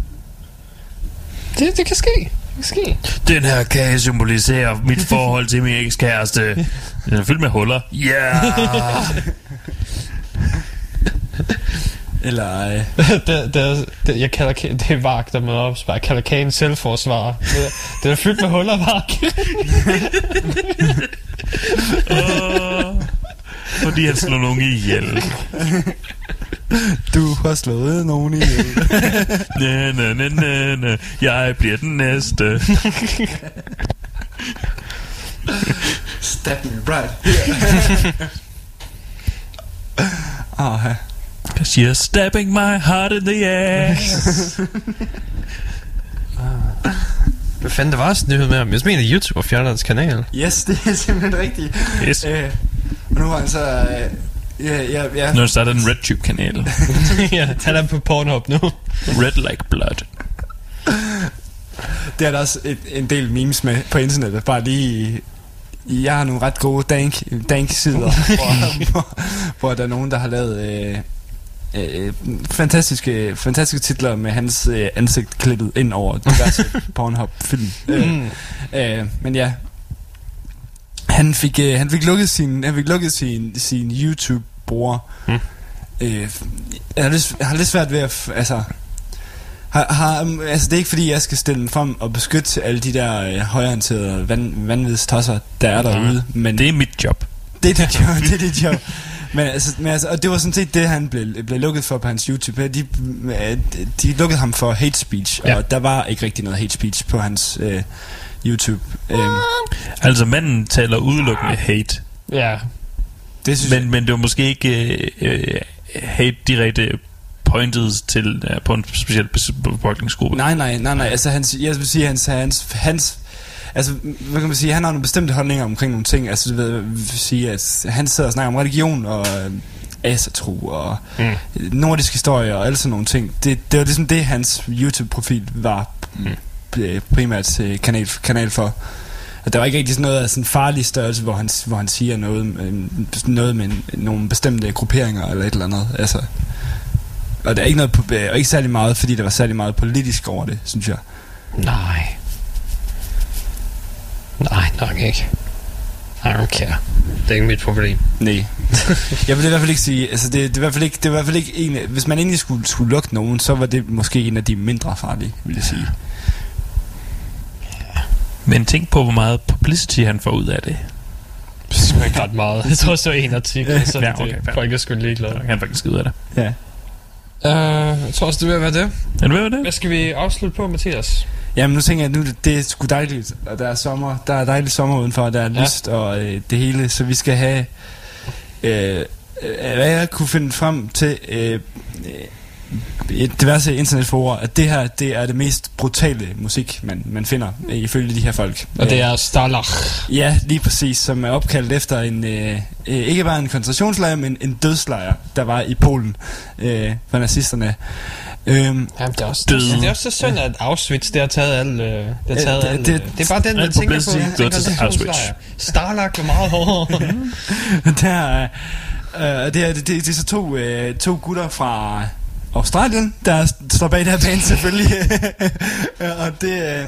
det kan ske. Den her kage symboliserer mit forhold til min ekskæreste. Den er fyldt med huller. Eller jeg kalder det er Vark, der møder op. Jeg kalder kagen selvforsvar. Det er fyldt med huller, Vark. Fordi han slår nogen ihjel. Du har slået nogen ihjel. Næ. Jeg bliver den næste. Stab me right. Cause you're stabbing my heart in the ass. Hvad fanden, der var også en nyhed med ham? Jeg mener, YouTube og fjerner hans kanal. Yes, det er simpelthen rigtigt. Yes. Og nu har han så... Nu starter en RedTube-kanal. Ja, han er på Pornhub nu. Red like blood. Det er der også en del memes med på internettet. Bare lige... Jeg har nogle ret gode dank-sider, hvor der er nogen, der har lavet fantastiske titler med hans ansigt klippet ind over diverse Pornhub-film. Men ja, han fik lukket sin YouTube-bruger. Jeg har lidt svært ved at... Altså, det er ikke fordi jeg skal stille frem og beskytte alle de der højreorienterede vanvidstosser der er derude, men det er mit job. Det er dit job. Men og det var sådan set det han blev lukket for på hans YouTube. De lukkede ham for hate speech, og der var ikke rigtig noget hate speech på hans YouTube. Altså manden taler udelukkende hate. Ja. Men det var måske ikke hate direkte pointed til på en speciel befolkningsgruppe. Nej. Altså jeg vil sige hans altså hvad kan man sige, han har nogle bestemte holdninger omkring nogle ting. Altså det vil sige, at han sidder og snakker om religion og asatro og nordisk historie og alle sådan nogle ting. Det var ligesom det hans YouTube-profil var primært kanal for. Og der var ikke rigtig sådan noget af sådan farlig størrelse, hvor han siger noget med nogle bestemte grupperinger eller et eller andet. Altså, og der er ikke noget og ikke særlig meget, fordi der var særlig meget politisk over det, synes jeg. Nej, nok ikke. I don't care. Det er ikke mit problem. Nej. Jeg vil i hvert fald ikke sige, altså det er i hvert fald ikke en, hvis man egentlig skulle lukke nogen, så var det måske en af de mindre farlige, vil jeg sige. Men tænk på, hvor meget publicity han får ud af det. Det er ikke ret meget. Jeg tror også, det var en artikel, så Ja, okay, fair. folk er sgu ligeglade. Han kan faktisk ud af det. Ja. Jeg tror også, det vil være det. Er du ved det? Hvad skal vi afslutte på, Mathias? Jamen nu tænker jeg, nu det er sgu dejligt, og der er sommer, der er dejligt sommer udenfor, og der er lyst og det hele, så vi skal have, hvad jeg kunne finde frem til diverse internetforer, at det her, det er det mest brutale musik, man finder, ifølge de her folk. Og det er Starlach. Ja, lige præcis, som er opkaldt efter en, ikke bare en koncentrationslejr, men en dødslejr, der var i Polen for nazisterne. Jamen, det er også det er også så synd, at Auschwitz, det har taget alle. Det er bare den, man tænker på. Auschwitz. Starlach var meget hårdere. Det er så to gutter fra Australien, der står bag det her band selvfølgelig. Og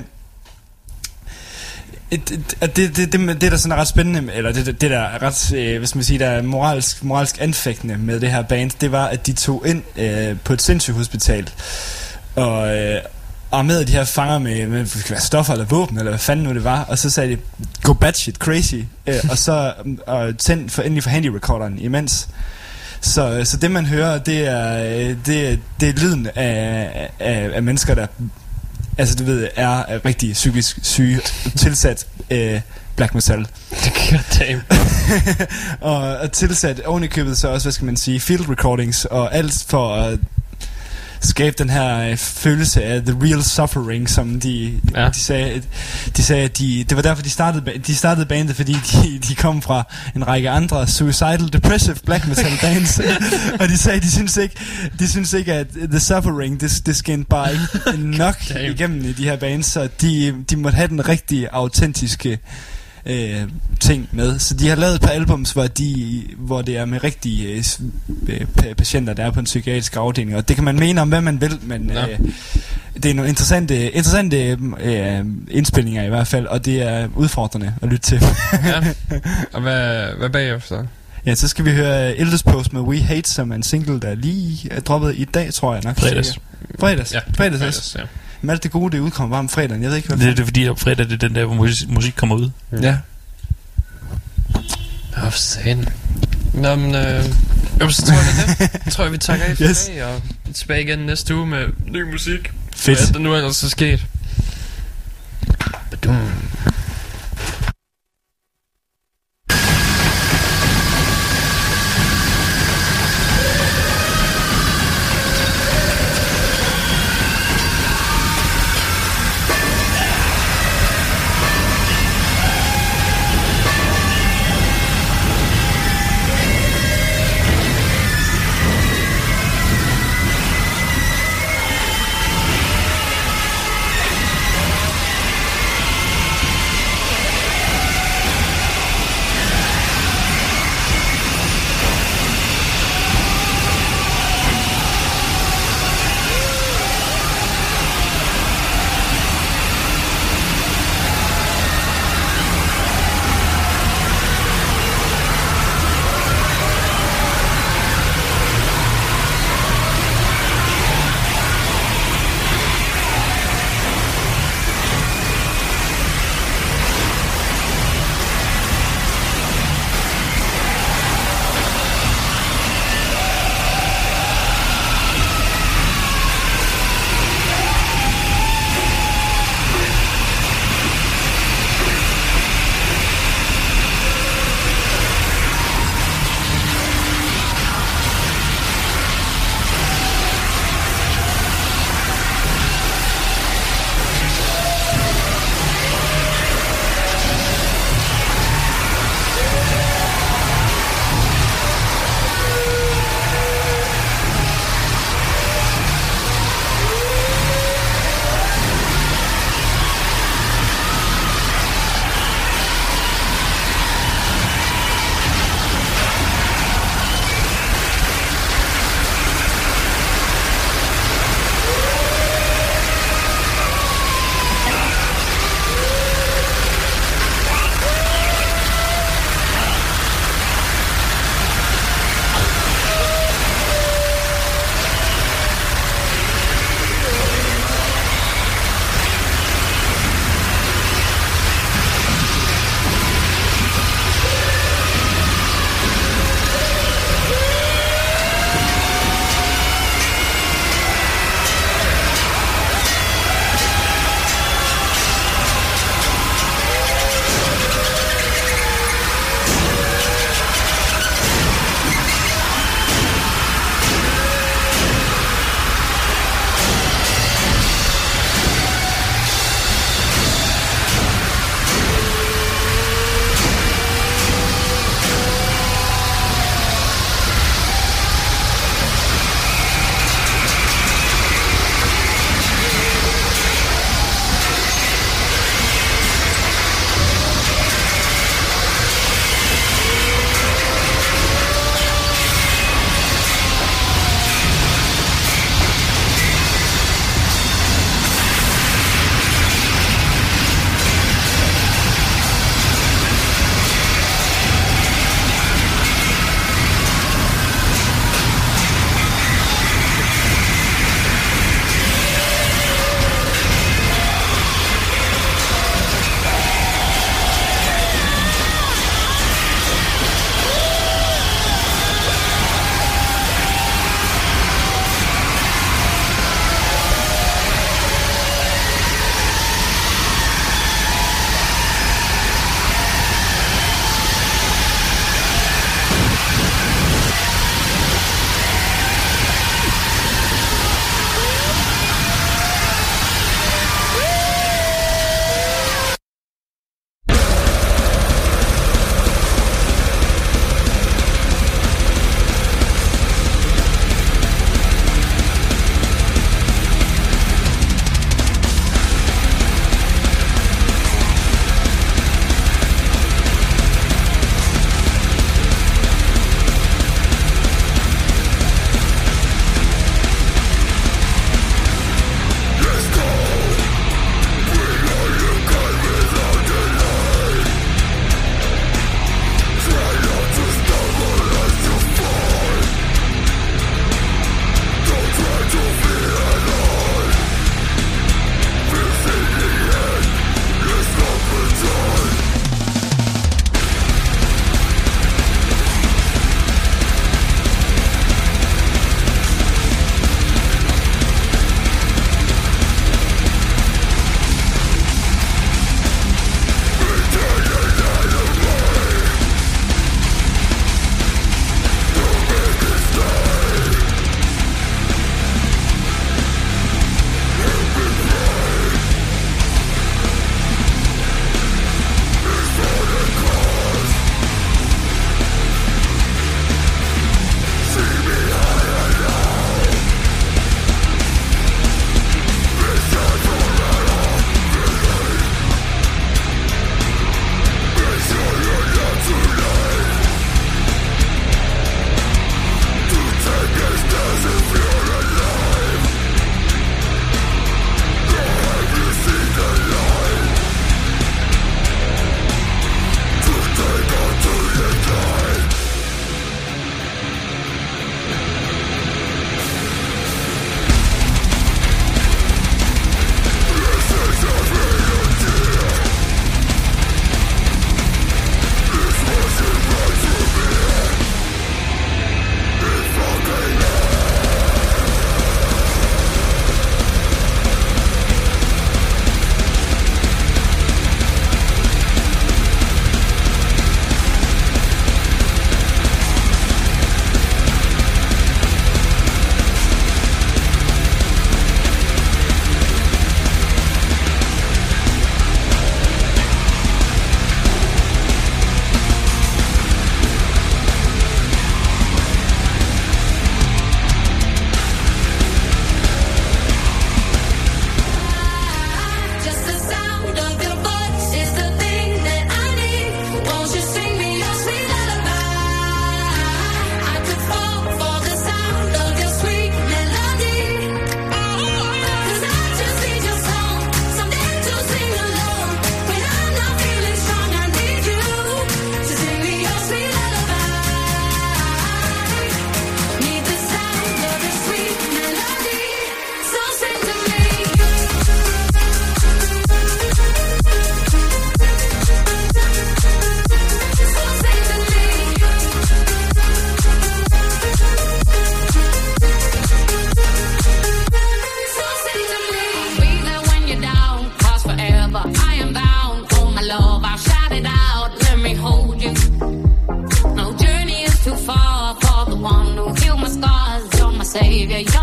det der sådan er ret spændende, eller det der er ret, hvad skal man sige, der er moralsk anfægtende med det her band, det var, at de tog ind på et sindssygehospital og armerede de her fanger med stoffer eller våben, eller hvad fanden nu det var, og så sagde de, go batshit crazy, og så tænd endelig for handy-recorderen imens. Så det man hører, det er lyden af mennesker, der, altså du ved, er rigtig psykisk syge, tilsat black metal. Og tilsat ovenikøbet så også, hvad skal man sige, field recordings og alt for at skabe den her følelse af the real suffering, som de sagde. De sagde, at det var derfor de startede bandet, fordi de kom fra en række andre suicidal, depressive black metal bands, og de sagde, de synes ikke at the suffering, det skændte bare ikke nok igennem i de her bands, så de måtte have den rigtig autentiske ting med. Så de har lavet et par albums, hvor det er med rigtige patienter, der er på en psykiatrisk afdeling, og det kan man mene om, hvad man vil, men det er nogle interessante indspilninger i hvert fald, og det er udfordrende at lytte til. Ja. Og hvad bagefter? Ja, så skal vi høre Eldest Post med We Hate, som er en single, der lige er droppet i dag, tror jeg nok. Fredags. Ja. Men alt det gode, det udkommer bare om fredagen. Jeg ved ikke, hvad det er fordi, at fredag det er den der, hvor musik kommer ud. Ja. Åh, satan. Nå, men så tror jeg det. Jeg tror, vi takker af for dag, og tilbage igen næste uge med ny musik. Fedt. Hvad der nu ellers er sket. Badum.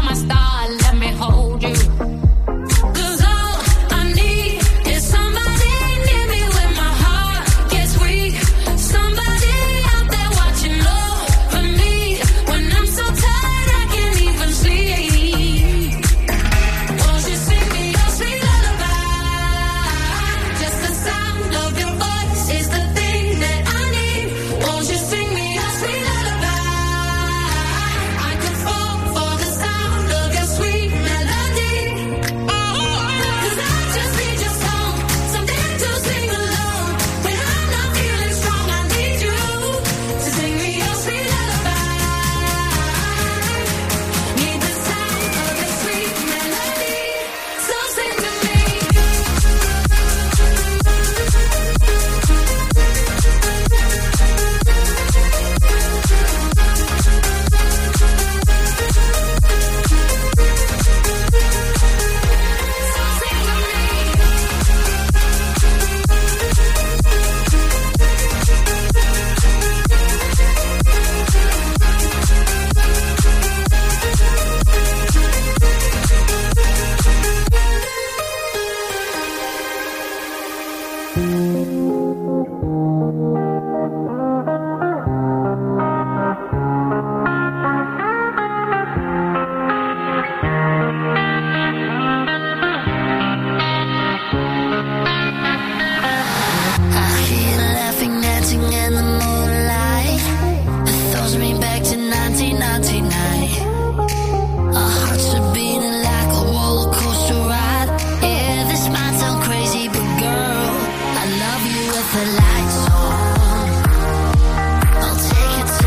my star, let me hold you.